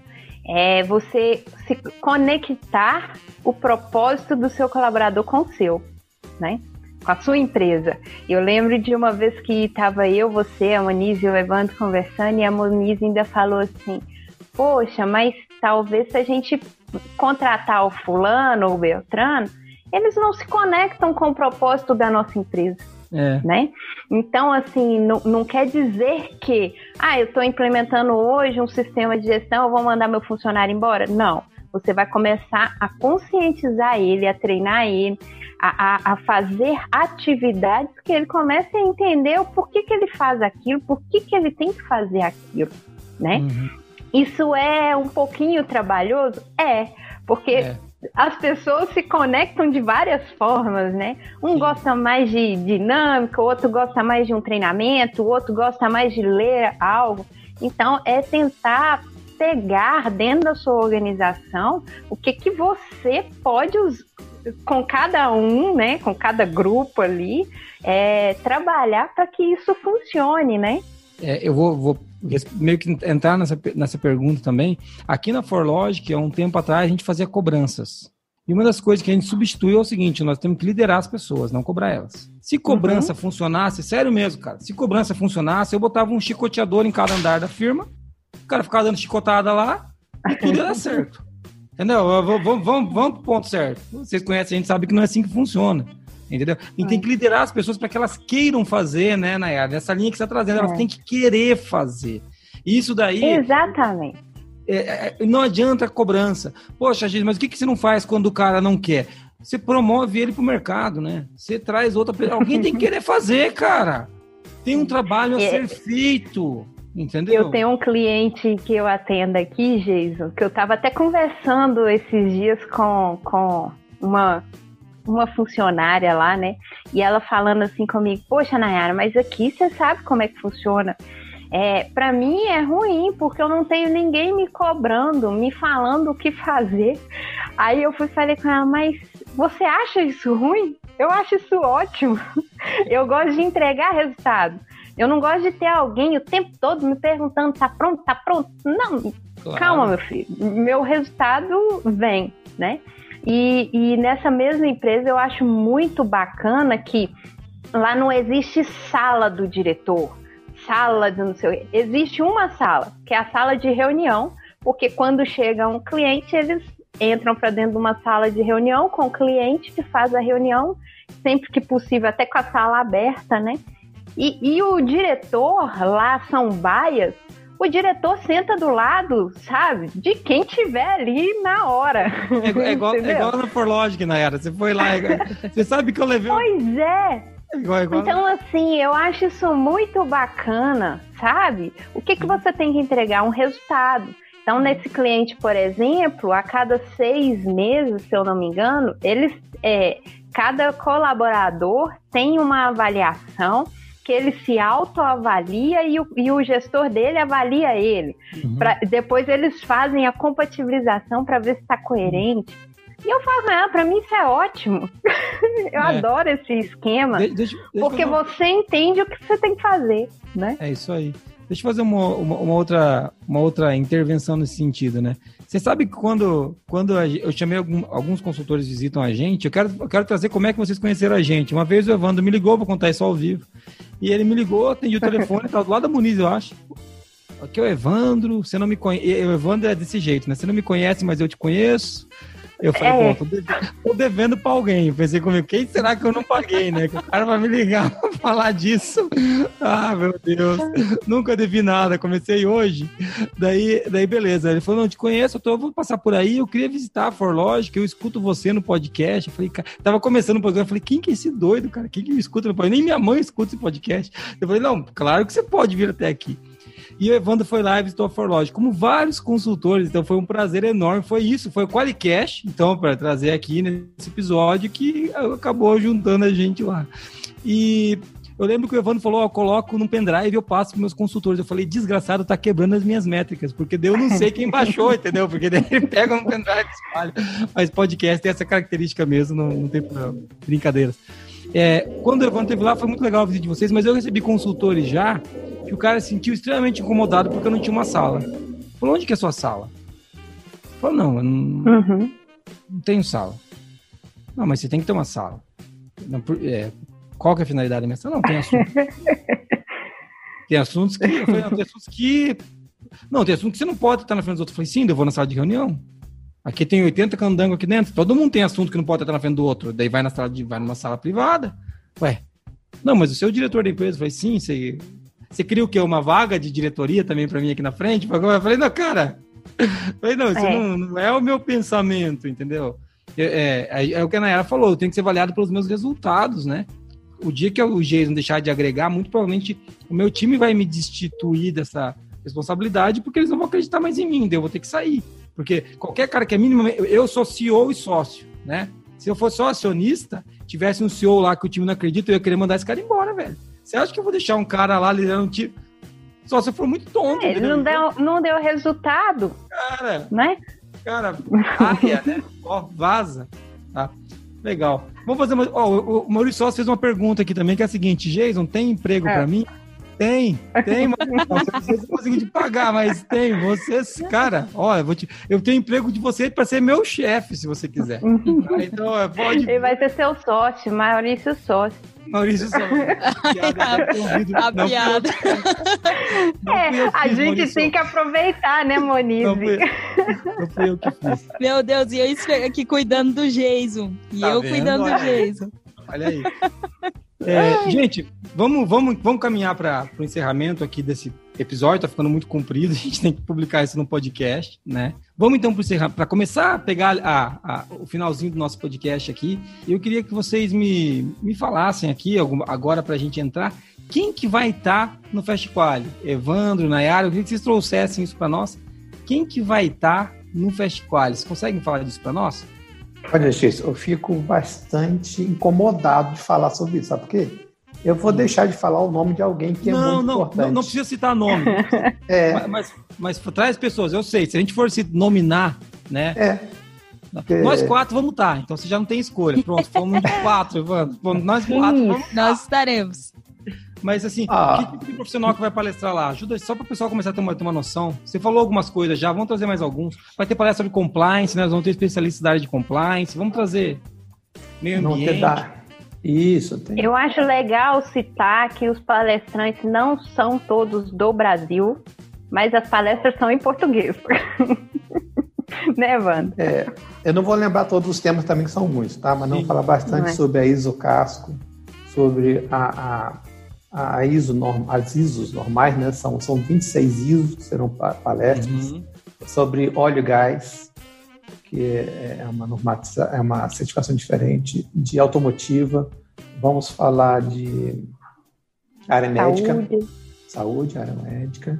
é você se conectar o propósito do seu colaborador com o seu, né? Com a sua empresa. Eu lembro de uma vez que estava eu, você, a Moniz e o Evandro conversando, e a Moniz ainda falou assim, poxa, mas talvez se a gente contratar o fulano ou o Beltrano, eles não se conectam com o propósito da nossa empresa. É. Né? Então, assim, não, não quer dizer que ah, eu estou implementando hoje um sistema de gestão, eu vou mandar meu funcionário embora. Não, você vai começar a conscientizar ele, a treinar ele, a, a, a fazer atividades que ele comece a entender o porquê que ele faz aquilo, por que que ele tem que fazer aquilo, né? Uhum. Isso é um pouquinho trabalhoso? É, porque... É. As pessoas se conectam de várias formas, né? Um Sim. gosta mais de dinâmica, o outro gosta mais de um treinamento, o outro gosta mais de ler algo. Então, é tentar pegar dentro da sua organização o que, que você pode, com cada um, né? Com cada grupo ali, é, trabalhar para que isso funcione, né? É, eu vou, vou meio que entrar nessa, nessa pergunta também. Aqui na ForLogic, há um tempo atrás, a gente fazia cobranças. E uma das coisas que a gente substituiu é o seguinte, nós temos que liderar as pessoas, não cobrar elas. Se cobrança uhum. funcionasse, sério mesmo, cara, se cobrança funcionasse, eu botava um chicoteador em cada andar da firma, o cara ficava dando chicotada lá, e tudo ia dar certo. Entendeu? Vamos, vamos, vamos pro ponto certo. Vocês conhecem, a gente sabe que não é assim que funciona. Entendeu? E tem que liderar as pessoas para que elas queiram fazer, né, Nayara? Nessa linha que você está trazendo, elas é. têm que querer fazer. Isso daí... Exatamente. É, é, não adianta a cobrança. Poxa, gente, mas o que, que você não faz quando o cara não quer? Você promove ele para o mercado, né? Você traz outra pessoa. Alguém tem que querer fazer, cara. Tem um trabalho a é. ser feito. Entendeu? Eu tenho um cliente que eu atendo aqui, Jason, que eu estava até conversando esses dias com, com uma... uma funcionária lá, né? E ela falando assim comigo, poxa, Nayara, mas aqui você sabe como é que funciona. É, pra mim é ruim, porque eu não tenho ninguém me cobrando, me falando o que fazer. Aí eu fui falei com ela, mas você acha isso ruim? Eu acho isso ótimo. Eu gosto de entregar resultado. Eu não gosto de ter alguém o tempo todo me perguntando, tá pronto, tá pronto? Não, claro. Calma, meu filho. Meu resultado vem, né? E, e nessa mesma empresa eu acho muito bacana que lá não existe sala do diretor, sala de não sei o quê. Existe uma sala, que é a sala de reunião, porque quando chega um cliente, eles entram para dentro de uma sala de reunião com o cliente que faz a reunião, sempre que possível, até com a sala aberta, né? E, e o diretor, lá são baias, o diretor senta do lado, sabe, de quem tiver ali na hora. É, é, igual, é igual na ForLogic, Nayara. Você foi lá, é, você sabe que eu levei... Pois é. é igual, igual... Então, assim, eu acho isso muito bacana, sabe? O que, que você tem que entregar? Um resultado. Então, nesse cliente, por exemplo, a cada seis meses, se eu não me engano, eles, é, cada colaborador tem uma avaliação que ele se autoavalia e o, e o gestor dele avalia ele. Uhum. Pra, depois eles fazem a compatibilização para ver se está coerente. E eu falo, ah, para mim isso é ótimo. Eu é. adoro esse esquema, de, deixa, deixa porque fazer... você entende o que você tem que fazer, né? É isso aí. Deixa eu fazer uma, uma, uma, outra, uma outra intervenção nesse sentido, né? Você sabe que quando, quando eu chamei algum, alguns consultores visitam a gente, eu quero, eu quero trazer como é que vocês conheceram a gente. Uma vez o Evandro me ligou, vou contar isso ao vivo, e ele me ligou, atendi o telefone, estava do lado da Moniz, eu acho. Aqui é o Evandro, você não me conhece... O Evandro é desse jeito, né? Você não me conhece, mas eu te conheço. Eu falei, é. pô, tô devendo, tô devendo pra alguém. Eu pensei comigo, quem será que eu não paguei, né? Que o cara vai me ligar pra falar disso. Ah, meu Deus. Nunca devi nada. Comecei hoje. Daí, daí beleza. Ele falou, não, te conheço, eu, tô, eu vou passar por aí. Eu queria visitar a ForLogic, eu escuto você no podcast. Eu falei, cara, tava começando o programa. Eu falei, quem que é esse doido, cara? Quem que me escuta no podcast? Nem minha mãe escuta esse podcast. Eu falei, não, claro que você pode vir até aqui. E o Evandro foi lá e visitou a ForLogic, como vários consultores, então foi um prazer enorme, foi isso, foi o QualiCast, então, para trazer aqui nesse episódio que acabou juntando a gente lá. E eu lembro que o Evandro falou, ó, eu coloco num pendrive e eu passo para meus consultores. Eu falei, desgraçado, tá quebrando as minhas métricas, porque daí eu não sei quem baixou, entendeu? Porque daí ele pega um pendrive e espalha. Mas podcast tem essa característica mesmo, não, não tem brincadeiras. É, quando o Evandro esteve lá, foi muito legal a visita de vocês, mas eu recebi consultores já, que o cara se sentiu extremamente incomodado porque eu não tinha uma sala. Falou, onde que é a sua sala? Falou, não, eu não, Uhum. não tenho sala. Não, mas você tem que ter uma sala. Não, por- é, qual que é a finalidade da minha sala? Não, tem assunto. Tem assuntos que... Eu falei, não, tem assuntos que... Não, tem assunto que você não pode estar na frente dos outros. Eu falei, sim, eu vou na sala de reunião. Aqui tem oitenta candangos aqui dentro. Todo mundo tem assunto que não pode estar na frente do outro. Daí vai na sala de, vai numa sala privada. Ué, não, mas o seu diretor da empresa, eu falei, sim, você, você queria o quê? Uma vaga de diretoria também para mim aqui na frente? Eu falei, não, cara. Eu falei, não, isso É. não, não é o meu pensamento, entendeu? É, é, é o que a Nayara falou, eu tenho que ser avaliado pelos meus resultados, né? O dia que o Jason deixar de agregar, muito provavelmente o meu time vai me destituir dessa responsabilidade, porque eles não vão acreditar mais em mim, daí eu vou ter que sair. Porque qualquer cara que é minimamente... Eu sou C E O e sócio, né? Se eu fosse só acionista, tivesse um C E O lá que o time não acredita, eu ia querer mandar esse cara embora, velho. Você acha que eu vou deixar um cara lá liderando um time? Só se eu for muito tonto, É, entendeu? não, deu, não deu resultado, Cara, né? cara, área, né? Ó, vaza. Tá? Legal. Vamos fazer uma... Ó, o o Maurício Sócio fez uma pergunta aqui também, que é a seguinte, Jason, tem emprego É. pra mim? Tem, tem, mas não sei se eu consigo te pagar, mas tem. Vocês, cara, ó, eu, vou te, eu tenho emprego de você para ser meu chefe, se você quiser. Tá? Então, é, pode. Ele vai ser seu sócio, Maurício sócio. Maurício, só. Piada, A piada. É, a gente tem que aproveitar, né, Monize? Não fui, não fui eu que fiz. Meu Deus, e eu esfe- aqui cuidando do Jason. E Tá eu vendo? cuidando do Olha. Jason. Olha aí. É, gente, vamos, vamos, vamos caminhar para o encerramento aqui desse episódio. Tá ficando muito comprido, a gente tem que publicar isso no podcast, né? Vamos então para começar a pegar a, a, o finalzinho do nosso podcast aqui. Eu queria que vocês me, me falassem aqui, algum, agora para a gente entrar, quem que vai estar no Fast Quali? Evandro, Nayara, eu queria que vocês trouxessem isso para nós. Quem que vai estar no Fast Quali? Vocês conseguem falar disso para nós? Olha, gente, eu fico bastante incomodado de falar sobre isso, sabe por quê? Eu vou deixar de falar o nome de alguém que é não, muito não, importante. não, não precisa citar nome. É, mas, mas, mas traz pessoas, eu sei, se a gente for se nominar, né? é. É. Nós quatro vamos estar, então você já não tem escolha. Pronto, fomos quatro, Evandro. Fomos nós quatro, vamos. Nós estaremos. Mas assim, Ah. que tipo de profissional que vai palestrar lá? Ajuda só para o pessoal começar a ter uma, ter uma noção. Você falou algumas coisas já, vamos trazer mais alguns. Vai ter palestra de compliance, né? Nós vamos ter especialistas da área de compliance. Vamos trazer meio Não ambiente. te dá. Isso, tem. Eu acho legal citar que os palestrantes não são todos do Brasil, mas as palestras são em português. Né, Evandro? É, eu não vou lembrar todos os temas também, que são muitos, tá? Mas não Sim. falar bastante Não é. sobre a I S O Casco, sobre a, a, a I S O norm, as I S Os normais, né? São, são vinte e seis I S Os que serão pa- palestras, Uhum. sobre óleo e gás, que é, é, uma normatiza, é uma certificação diferente, de automotiva. Vamos falar de área médica, Saúde. saúde, área médica,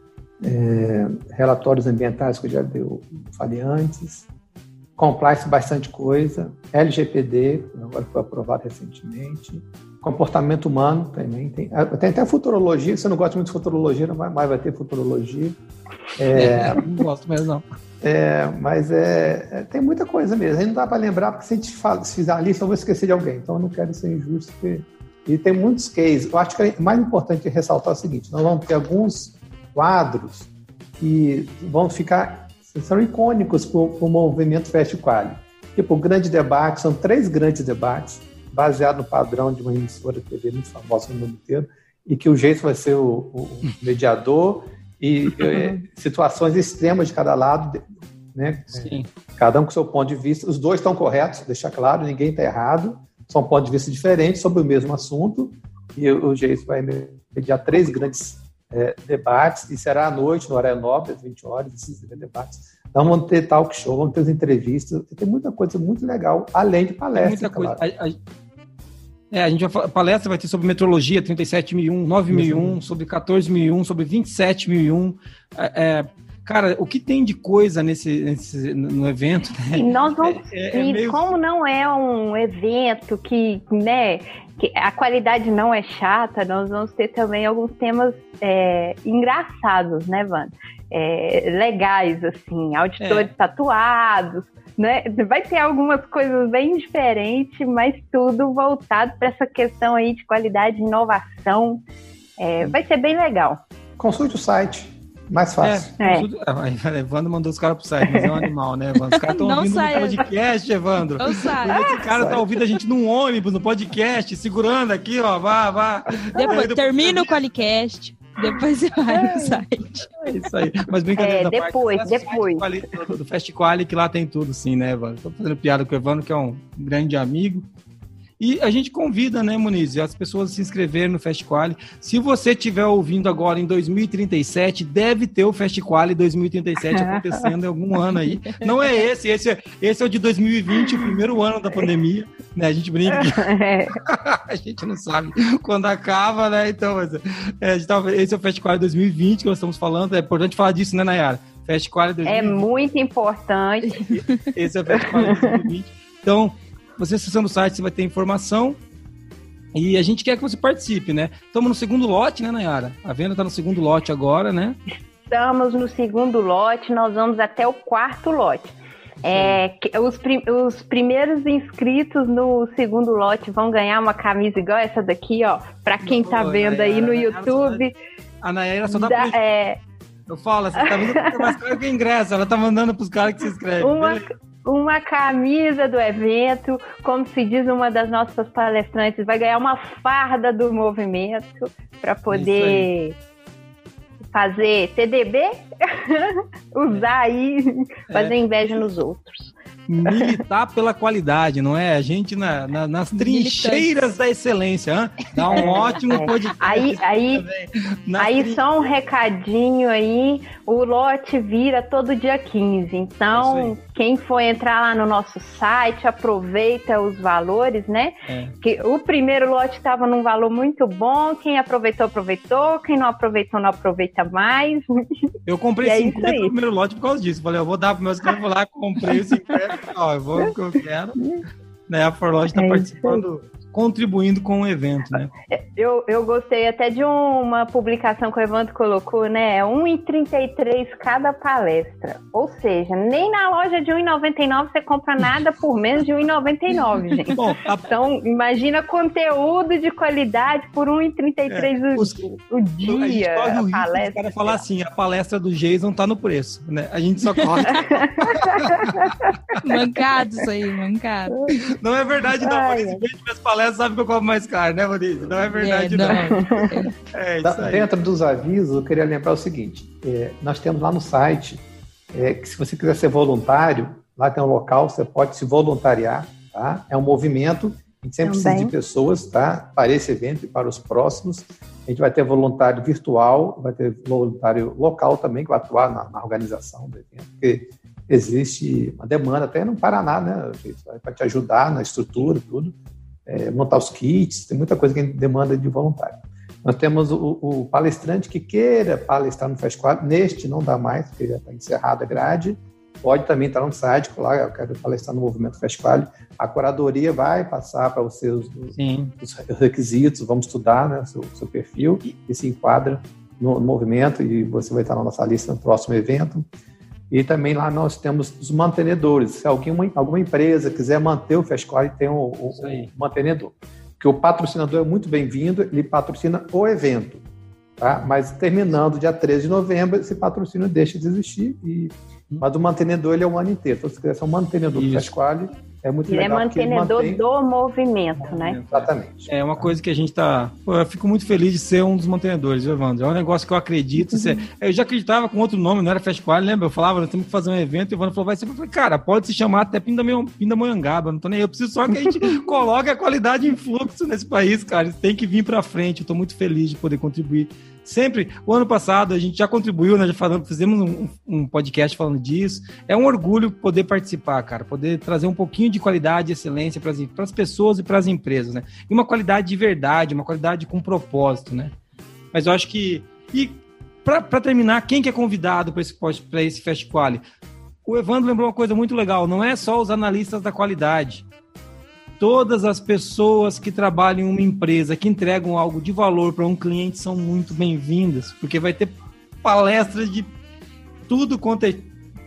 é, relatórios ambientais que eu já deu, falei antes, compliance, bastante coisa, L G P D, agora foi aprovado recentemente, comportamento humano também, tem, tem até futurologia, se você não gosta muito de futurologia, não vai, mais vai ter futurologia. É, Não gosto mesmo, não. é, mas é, é, tem muita coisa mesmo, aí não dá para lembrar, porque se a gente fala, se fizer a lista, eu vou esquecer de alguém, então eu não quero ser injusto, porque... E tem muitos cases. Eu acho que é mais importante ressaltar o seguinte: nós vamos ter alguns quadros que vão ficar, são icônicos para o movimento Fast Quali. Tipo, o grande debate, são três grandes debates, baseado no padrão de uma emissora de T V muito famosa no mundo inteiro, e que o jeito vai ser o, o mediador e é, situações extremas de cada lado, né? Sim. Cada um com seu ponto de vista. Os dois estão corretos, deixar claro, ninguém está errado. São pontos de vista diferentes sobre o mesmo assunto, e o Jason vai mediar três grandes é, debates, e será à noite, no horário nobre, às vinte horas, esses debates. Então vamos ter talk show, vamos ter as entrevistas, tem muita coisa muito legal, além de palestra, Muita coisa. claro. A, a, é, a gente vai falar, a palestra vai ter sobre metrologia trinta e sete mil e um, nove mil e um, sobre quatorze mil e um, sobre vinte e sete mil e um. É, é, cara, o que tem de coisa nesse, nesse no evento, né? E nós vamos, É- é e meio- como não é um evento que, né, que a qualidade não é chata, nós vamos ter também alguns temas é, engraçados, né, Wanda? É, legais, assim, auditores É. tatuados, né? Vai ter algumas coisas bem diferentes, mas tudo voltado para essa questão aí de qualidade e inovação. É, vai ser bem legal. Consulte o site. Mais fácil. É. É. Evandro mandou os caras pro site, mas é um animal, né, Evandro? Os caras estão ouvindo sai, no podcast, Evandro. Não sai. Esse cara tá ouvindo a gente num ônibus, no podcast, segurando aqui, ó, vá, vá. Depois, termina o Qualicast, depois você vai no site. É isso aí. Mas brincadeira É, da depois, parte, depois. Do, do Fast Quali, que lá tem tudo, sim, né, Evandro? Tô fazendo piada com o Evandro, que é um grande amigo. E a gente convida, né, Muniz, as pessoas a se inscreverem no Fast Quali. Se você estiver ouvindo agora em dois mil e trinta e sete, deve ter o Fast Quali dois mil e trinta e sete acontecendo em algum ano aí. Não é esse, esse é, esse é o de dois mil e vinte, o primeiro ano da pandemia, né? A gente brinca que a gente não sabe quando acaba, né? Então, é, a gente tava, esse é o Fast Quali dois mil e vinte que nós estamos falando. É importante falar disso, né, Nayara? Fast Quali dois mil e vinte. É muito importante. Esse é o Fast Quali dois mil e vinte. Então, você acessando o site, você vai ter informação e a gente quer que você participe, né? Estamos no segundo lote, né, Nayara? A venda está no segundo lote agora, né? Estamos no segundo lote, nós vamos até o quarto lote. É, os, prim- os primeiros inscritos no segundo lote vão ganhar uma camisa igual essa daqui, ó. Para quem tá vendo aí no YouTube. A Nayara só dá da, pra... é... Eu falo, você tá vendo que é mais caro que o ingresso. Ela tá mandando pros caras que se inscrevem. Uma... Uma camisa do evento, como se diz uma das nossas palestrantes, vai ganhar uma farda do movimento para poder fazer T D B, usar aí, fazer é. inveja nos outros. Militar pela qualidade, não é? A gente na, na, nas trincheiras da excelência, hein? Dá um ótimo podcast. Aí, aí, aí só um recadinho aí, o lote vira todo dia quinze, então é quem for entrar lá no nosso site, aproveita os valores, né? É. Que o primeiro lote estava num valor muito bom, quem aproveitou, aproveitou, quem não aproveitou, não aproveita mais. Eu comprei cinquenta no primeiro lote por causa disso, falei, eu vou dar para meus caras, vou lá, comprei os cinquenta. Ó, eu vou o que eu quero. Né, a Forlodge está é participando, contribuindo com o evento, né? Eu, eu gostei até de uma publicação que o Evandro colocou, né? um real e trinta e três centavos cada palestra. Ou seja, nem na loja de um real e noventa e nove centavos você compra nada por menos de um real e noventa e nove centavos, gente. Bom, a... Então, imagina conteúdo de qualidade por um real e trinta e três centavos é, os... o, o dia, a, a palestra. Os caras falam assim, a palestra do Jason tá no preço, né? A gente só corta. Mancado isso aí, mancado. Não é verdade, não. Ai, Maurício, quem tiver palestras sabe que eu cobro mais caro, né, Maurício? Não é verdade, é, não. não. É isso aí. Dentro dos avisos, eu queria lembrar o seguinte, é, nós temos lá no site, é, que se você quiser ser voluntário, lá tem um local, você pode se voluntariar, tá? É um movimento, a gente sempre Também. precisa de pessoas, tá? Para esse evento e para os próximos. A gente vai ter voluntário virtual, vai ter voluntário local também, que vai atuar na, na organização do evento, porque existe uma demanda até no Paraná, né? Para te ajudar na estrutura, tudo. É, montar os kits, tem muita coisa que a gente demanda de voluntário. Nós temos o, o palestrante que queira palestrar no Fast Quali, neste não dá mais, porque já está encerrada a grade, pode também estar no site, lá eu quero palestrar no movimento Fast Quali, a curadoria vai passar para você os, os requisitos, vamos estudar, né, o seu, seu perfil, e se enquadra no, no movimento, e você vai estar na nossa lista no próximo evento. E também lá nós temos os mantenedores. Se alguém, alguma empresa quiser manter o Fast Quali, tem o, o, o mantenedor. Porque o patrocinador é muito bem-vindo, ele patrocina o evento. Tá? Mas terminando dia treze de novembro, esse patrocínio deixa de existir. E, mas o mantenedor ele é o ano inteiro. Então, se quiser ser um mantenedor Isso. do Fast Quali, é muito ele legal. Ele é mantenedor ele do movimento, né? Exatamente. É uma coisa que a gente tá... Pô, eu fico muito feliz de ser um dos mantenedores, viu, Evandro? É um negócio que eu acredito. Uhum. Você... Eu já acreditava com outro nome, não era Fast Quali, lembra? Eu falava, nós temos que fazer um evento, e o Evandro falou, vai ser... Eu falei, cara, pode se chamar até Pindamonhangaba, não tô nem... Eu preciso só que a gente coloque a qualidade em fluxo nesse país, cara. Isso tem que vir pra frente. Eu tô muito feliz de poder contribuir. Sempre, o ano passado a gente já contribuiu, né, já falando, fizemos um, um podcast falando disso. É um orgulho poder participar, cara, poder trazer um pouquinho de qualidade e excelência para as pessoas e para as empresas, né? E uma qualidade de verdade, uma qualidade com propósito, né? Mas eu acho que... E para terminar, quem que é convidado para esse, esse Fast Quali? O Evandro lembrou uma coisa muito legal, não é só os analistas da qualidade. Todas as pessoas que trabalham em uma empresa, que entregam algo de valor para um cliente são muito bem-vindas, porque vai ter palestras de tudo quanto é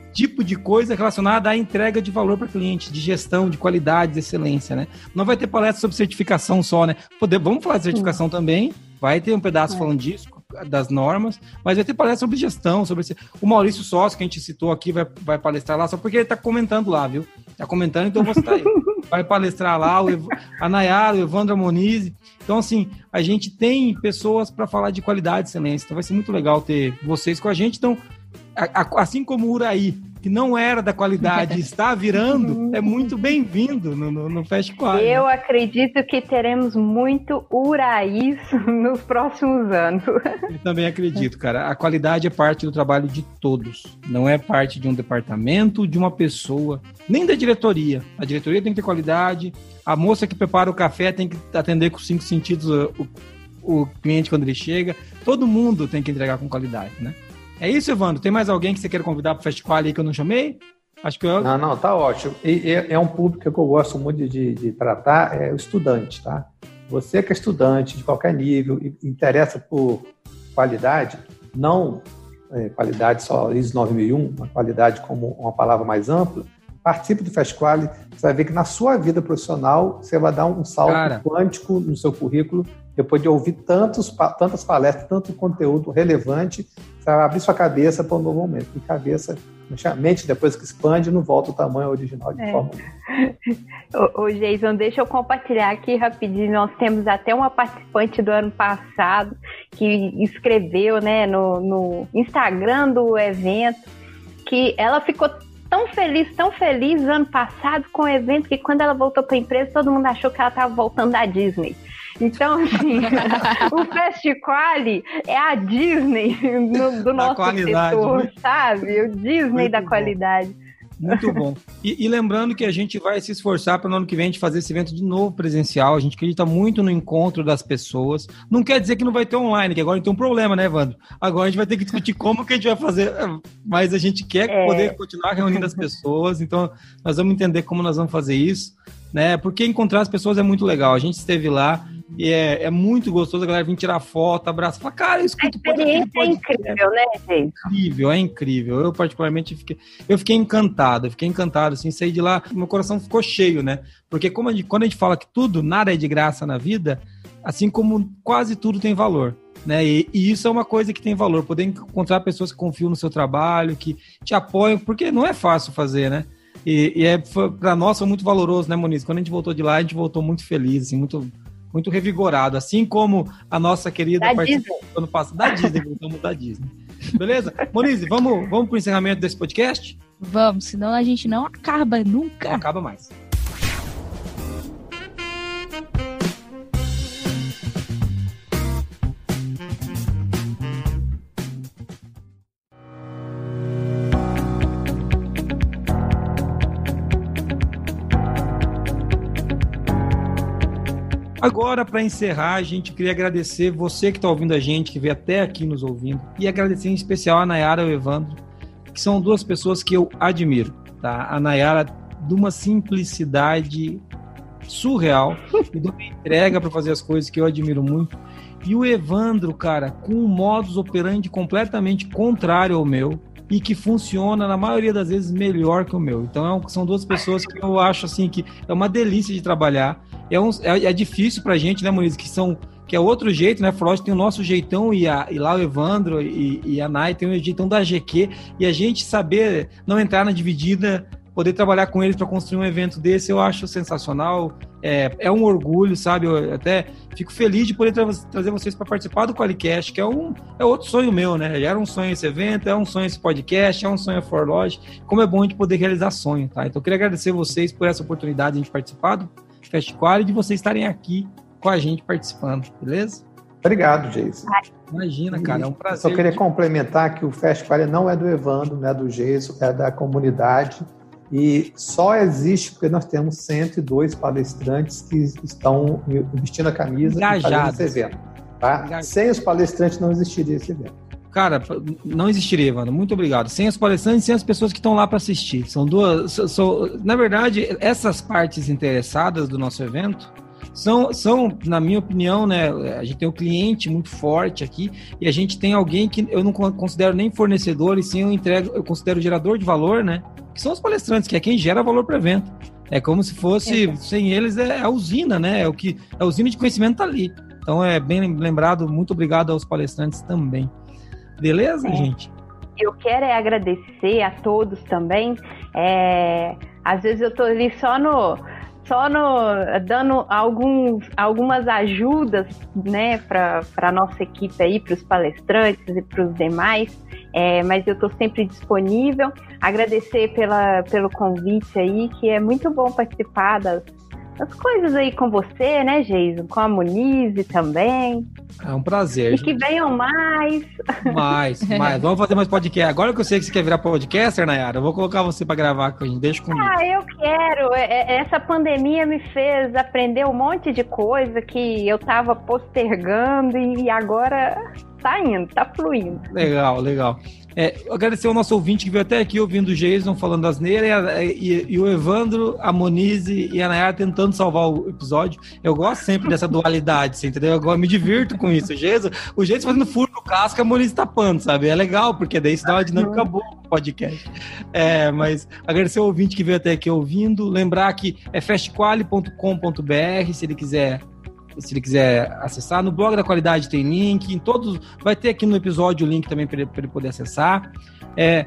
tipo de coisa relacionada à entrega de valor para cliente, de gestão, de qualidade, de excelência, né? Não vai ter palestra sobre certificação só, né? Poder, vamos falar de certificação Sim. também, vai ter um pedaço é. falando disso, das normas, mas vai ter palestra sobre gestão, sobre esse... o Maurício Sócio, que a gente citou aqui, vai, vai palestrar lá, só porque ele tá comentando lá, viu? Tá comentando, então eu vou citar ele. Vai palestrar lá, o Ev... a Nayara, o Evandro Moniz. Então, assim, a gente tem pessoas para falar de qualidade e excelência, então vai ser muito legal ter vocês com a gente. Então, a, a, assim como o Uraí, que não era da qualidade e está virando, é muito bem-vindo no, no, no Fast Quali. Eu né? acredito que teremos muito Uraís nos próximos anos. Eu também acredito, cara. A qualidade é parte do trabalho de todos. Não é parte de um departamento, de uma pessoa, nem da diretoria. A diretoria tem que ter qualidade, a moça que prepara o café tem que atender com cinco sentidos o, o cliente quando ele chega. Todo mundo tem que entregar com qualidade, né? É isso, Evandro? Tem mais alguém que você queira convidar para o Fast Quali aí que eu não chamei? Acho que eu... Não, não, tá ótimo. E é, é um público que eu gosto muito de, de tratar, é o estudante, tá? Você que é estudante de qualquer nível e interessa por qualidade, não é, qualidade só I S O nove mil e um, uma qualidade como uma palavra mais ampla, participe do Fast Quali, você vai ver que na sua vida profissional você vai dar um salto Cara. quântico no seu currículo, depois de ouvir tantos, tantas palestras, tanto conteúdo relevante, você vai abrir sua cabeça para um novo momento. E cabeça, mente depois que expande, não volta o tamanho original de é. forma nenhuma. Ô, Jason, deixa eu compartilhar aqui rapidinho. Nós temos até uma participante do ano passado que escreveu, né, no, no Instagram do evento, que ela ficou tão feliz, tão feliz ano passado com o evento, que quando ela voltou para a empresa, todo mundo achou que ela estava voltando da Disney. Então, assim, o Fast Quali é a Disney no, do nosso setor, né? Sabe? O Disney Muito da qualidade. Bom. Muito bom. E, e lembrando que a gente vai se esforçar para no ano que vem a gente fazer esse evento de novo presencial. A gente acredita muito no encontro das pessoas. Não quer dizer que não vai ter online, que agora a gente tem um problema, né, Evandro? Agora a gente vai ter que discutir como que a gente vai fazer, mas a gente quer é. poder continuar reunindo as pessoas, então nós vamos entender como nós vamos fazer isso, né? Porque encontrar as pessoas é muito legal. A gente esteve lá e é, é muito gostoso a galera vir tirar foto, abraçar, falar, cara, eu escuto a experiência pode, pode, é incrível, né, gente? É incrível, é incrível. Eu, particularmente, fiquei, eu fiquei encantado, eu fiquei encantado, assim, saí de lá, meu coração ficou cheio, né? Porque como a gente, quando a gente fala que tudo, nada é de graça na vida, assim como quase tudo tem valor, né? E, e isso é uma coisa que tem valor, poder encontrar pessoas que confiam no seu trabalho, que te apoiam, porque não é fácil fazer, né? E, e é, para nós, foi muito valoroso, né, Moniz? Quando a gente voltou de lá, a gente voltou muito feliz, assim, muito... muito revigorado, assim como a nossa querida participante do ano passado da Disney, voltamos da Disney. Beleza? Moniz, vamos, vamos para o encerramento desse podcast? Vamos, senão a gente não acaba nunca. Não acaba mais. Agora, para encerrar, a gente queria agradecer você que está ouvindo a gente, que veio até aqui nos ouvindo, e agradecer em especial a Nayara e o Evandro, que são duas pessoas que eu admiro, tá? A Nayara, de uma simplicidade surreal, e de uma entrega para fazer as coisas que eu admiro muito, e o Evandro, cara, com um modus operandi completamente contrário ao meu, e que funciona, na maioria das vezes, melhor que o meu. Então, é um, são duas pessoas que eu acho, assim, que é uma delícia de trabalhar. É, um, é, é difícil pra gente, né, Moniz? Que, são, que é outro jeito, né? Forlógicos tem o nosso jeitão e, a, e lá o Evandro e, e a Nay tem o jeitão da G Q. E a gente saber não entrar na dividida, poder trabalhar com eles para construir um evento desse, eu acho sensacional. É, é um orgulho, sabe? Eu até fico feliz de poder tra- trazer vocês para participar do QualiCast, que é, um, é outro sonho meu, né? Já era um sonho esse evento, é um sonho esse podcast, é um sonho a Forlógica. Como é bom a gente poder realizar sonho, tá? Então eu queria agradecer vocês por essa oportunidade de a gente participar do Fast Quali e de vocês estarem aqui com a gente participando, beleza? Obrigado, Jason. Imagina, cara, é um prazer. Só queria complementar que o Fast Quali não é do Evandro, não é do Jason, é da comunidade. E só existe porque nós temos cento e dois palestrantes que estão vestindo a camisa e fazendo esse evento. Tá? Sem os palestrantes não existiria esse evento. Cara, não existiria, Evandro. Muito obrigado. Sem os palestrantes e sem as pessoas que estão lá para assistir. São duas. São, na verdade, essas partes interessadas do nosso evento são, são, na minha opinião, né, a gente tem um cliente muito forte aqui e a gente tem alguém que eu não considero nem fornecedor, e sim eu entrego, eu considero gerador de valor, né, que são os palestrantes, que é quem gera valor para o evento. É como se fosse, é. sem eles, é a usina, né, é o que, a usina de conhecimento tá ali. Então é bem lembrado, muito obrigado aos palestrantes também. Beleza, é. gente? Eu quero é agradecer a todos também. É, às vezes eu tô ali só no, só no dando alguns, algumas ajudas, né, para a nossa equipe aí, para os palestrantes e para os demais. É, mas eu estou sempre disponível. Agradecer pela, pelo convite aí, que é muito bom participar das, das coisas aí com você, né, Geison? Com a Monize também. É um prazer. E gente. que venham mais. Mais, mais. Vamos fazer mais podcast. Agora que eu sei que você quer virar podcaster, Nayara, eu vou colocar você para gravar com a gente. Deixa comigo. Ah, eu quero. Essa pandemia me fez aprender um monte de coisa que eu tava postergando e agora tá indo, tá fluindo. Legal, legal. É, agradecer ao nosso ouvinte que veio até aqui ouvindo o Geison falando asneira e, e, e o Evandro, a Monize e a Nayara tentando salvar o episódio. Eu gosto sempre dessa dualidade, você entendeu? Eu, eu me divirto com isso. O Geison, o Geison fazendo furo no casco, a Monize tapando, sabe? É legal, porque daí isso dá uma dinâmica boa no podcast. É, mas agradecer ao ouvinte que veio até aqui ouvindo. Lembrar que é fastquali ponto com ponto b r, se ele quiser... se ele quiser acessar. No blog da Qualidade tem link, em todos, vai ter aqui no episódio o link também para ele, ele poder acessar. É,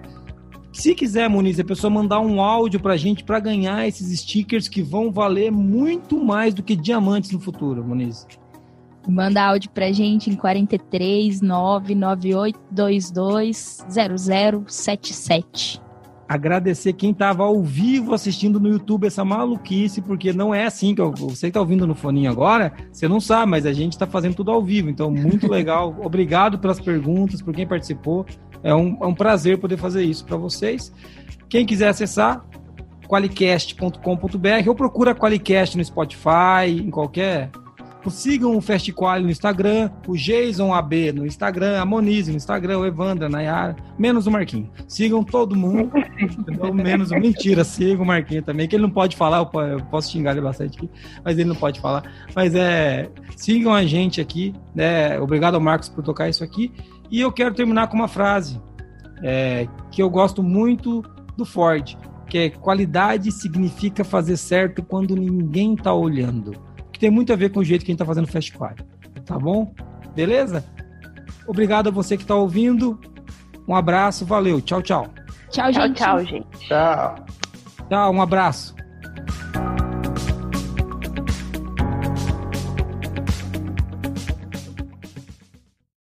se quiser, Moniz, a pessoa mandar um áudio pra gente para ganhar esses stickers que vão valer muito mais do que diamantes no futuro, Moniz. Manda áudio pra gente em quarenta e três, nove nove oito dois dois zero zero sete sete. Agradecer quem estava ao vivo assistindo no YouTube essa maluquice, porque não é assim que eu, você que está ouvindo no foninho agora, você não sabe, mas a gente está fazendo tudo ao vivo, então muito legal. Obrigado pelas perguntas, por quem participou. É um, é um prazer poder fazer isso para vocês. Quem quiser acessar, qualicast ponto com ponto b r ou procura Qualicast no Spotify, em qualquer... Sigam o FastQuali no Instagram, o Geison A B no Instagram, a Monize no Instagram, o Evandro, a Nayara, menos o Marquinhos. Sigam todo mundo, menos o... Mentira, sigam o Marquinhos também, que ele não pode falar, eu posso xingar ele bastante aqui, mas ele não pode falar. Mas é, sigam a gente aqui, né? Obrigado ao Marcos por tocar isso aqui. E eu quero terminar com uma frase é, que eu gosto muito do Ford, que é: qualidade significa fazer certo quando ninguém tá olhando. Tem muito a ver com o jeito que a gente tá fazendo o FastQuali, tá bom? Beleza? Obrigado a você que tá ouvindo. Um abraço, valeu. Tchau, tchau. Tchau, gente. Tchau, tchau, gente. Tchau. Tchau, um abraço.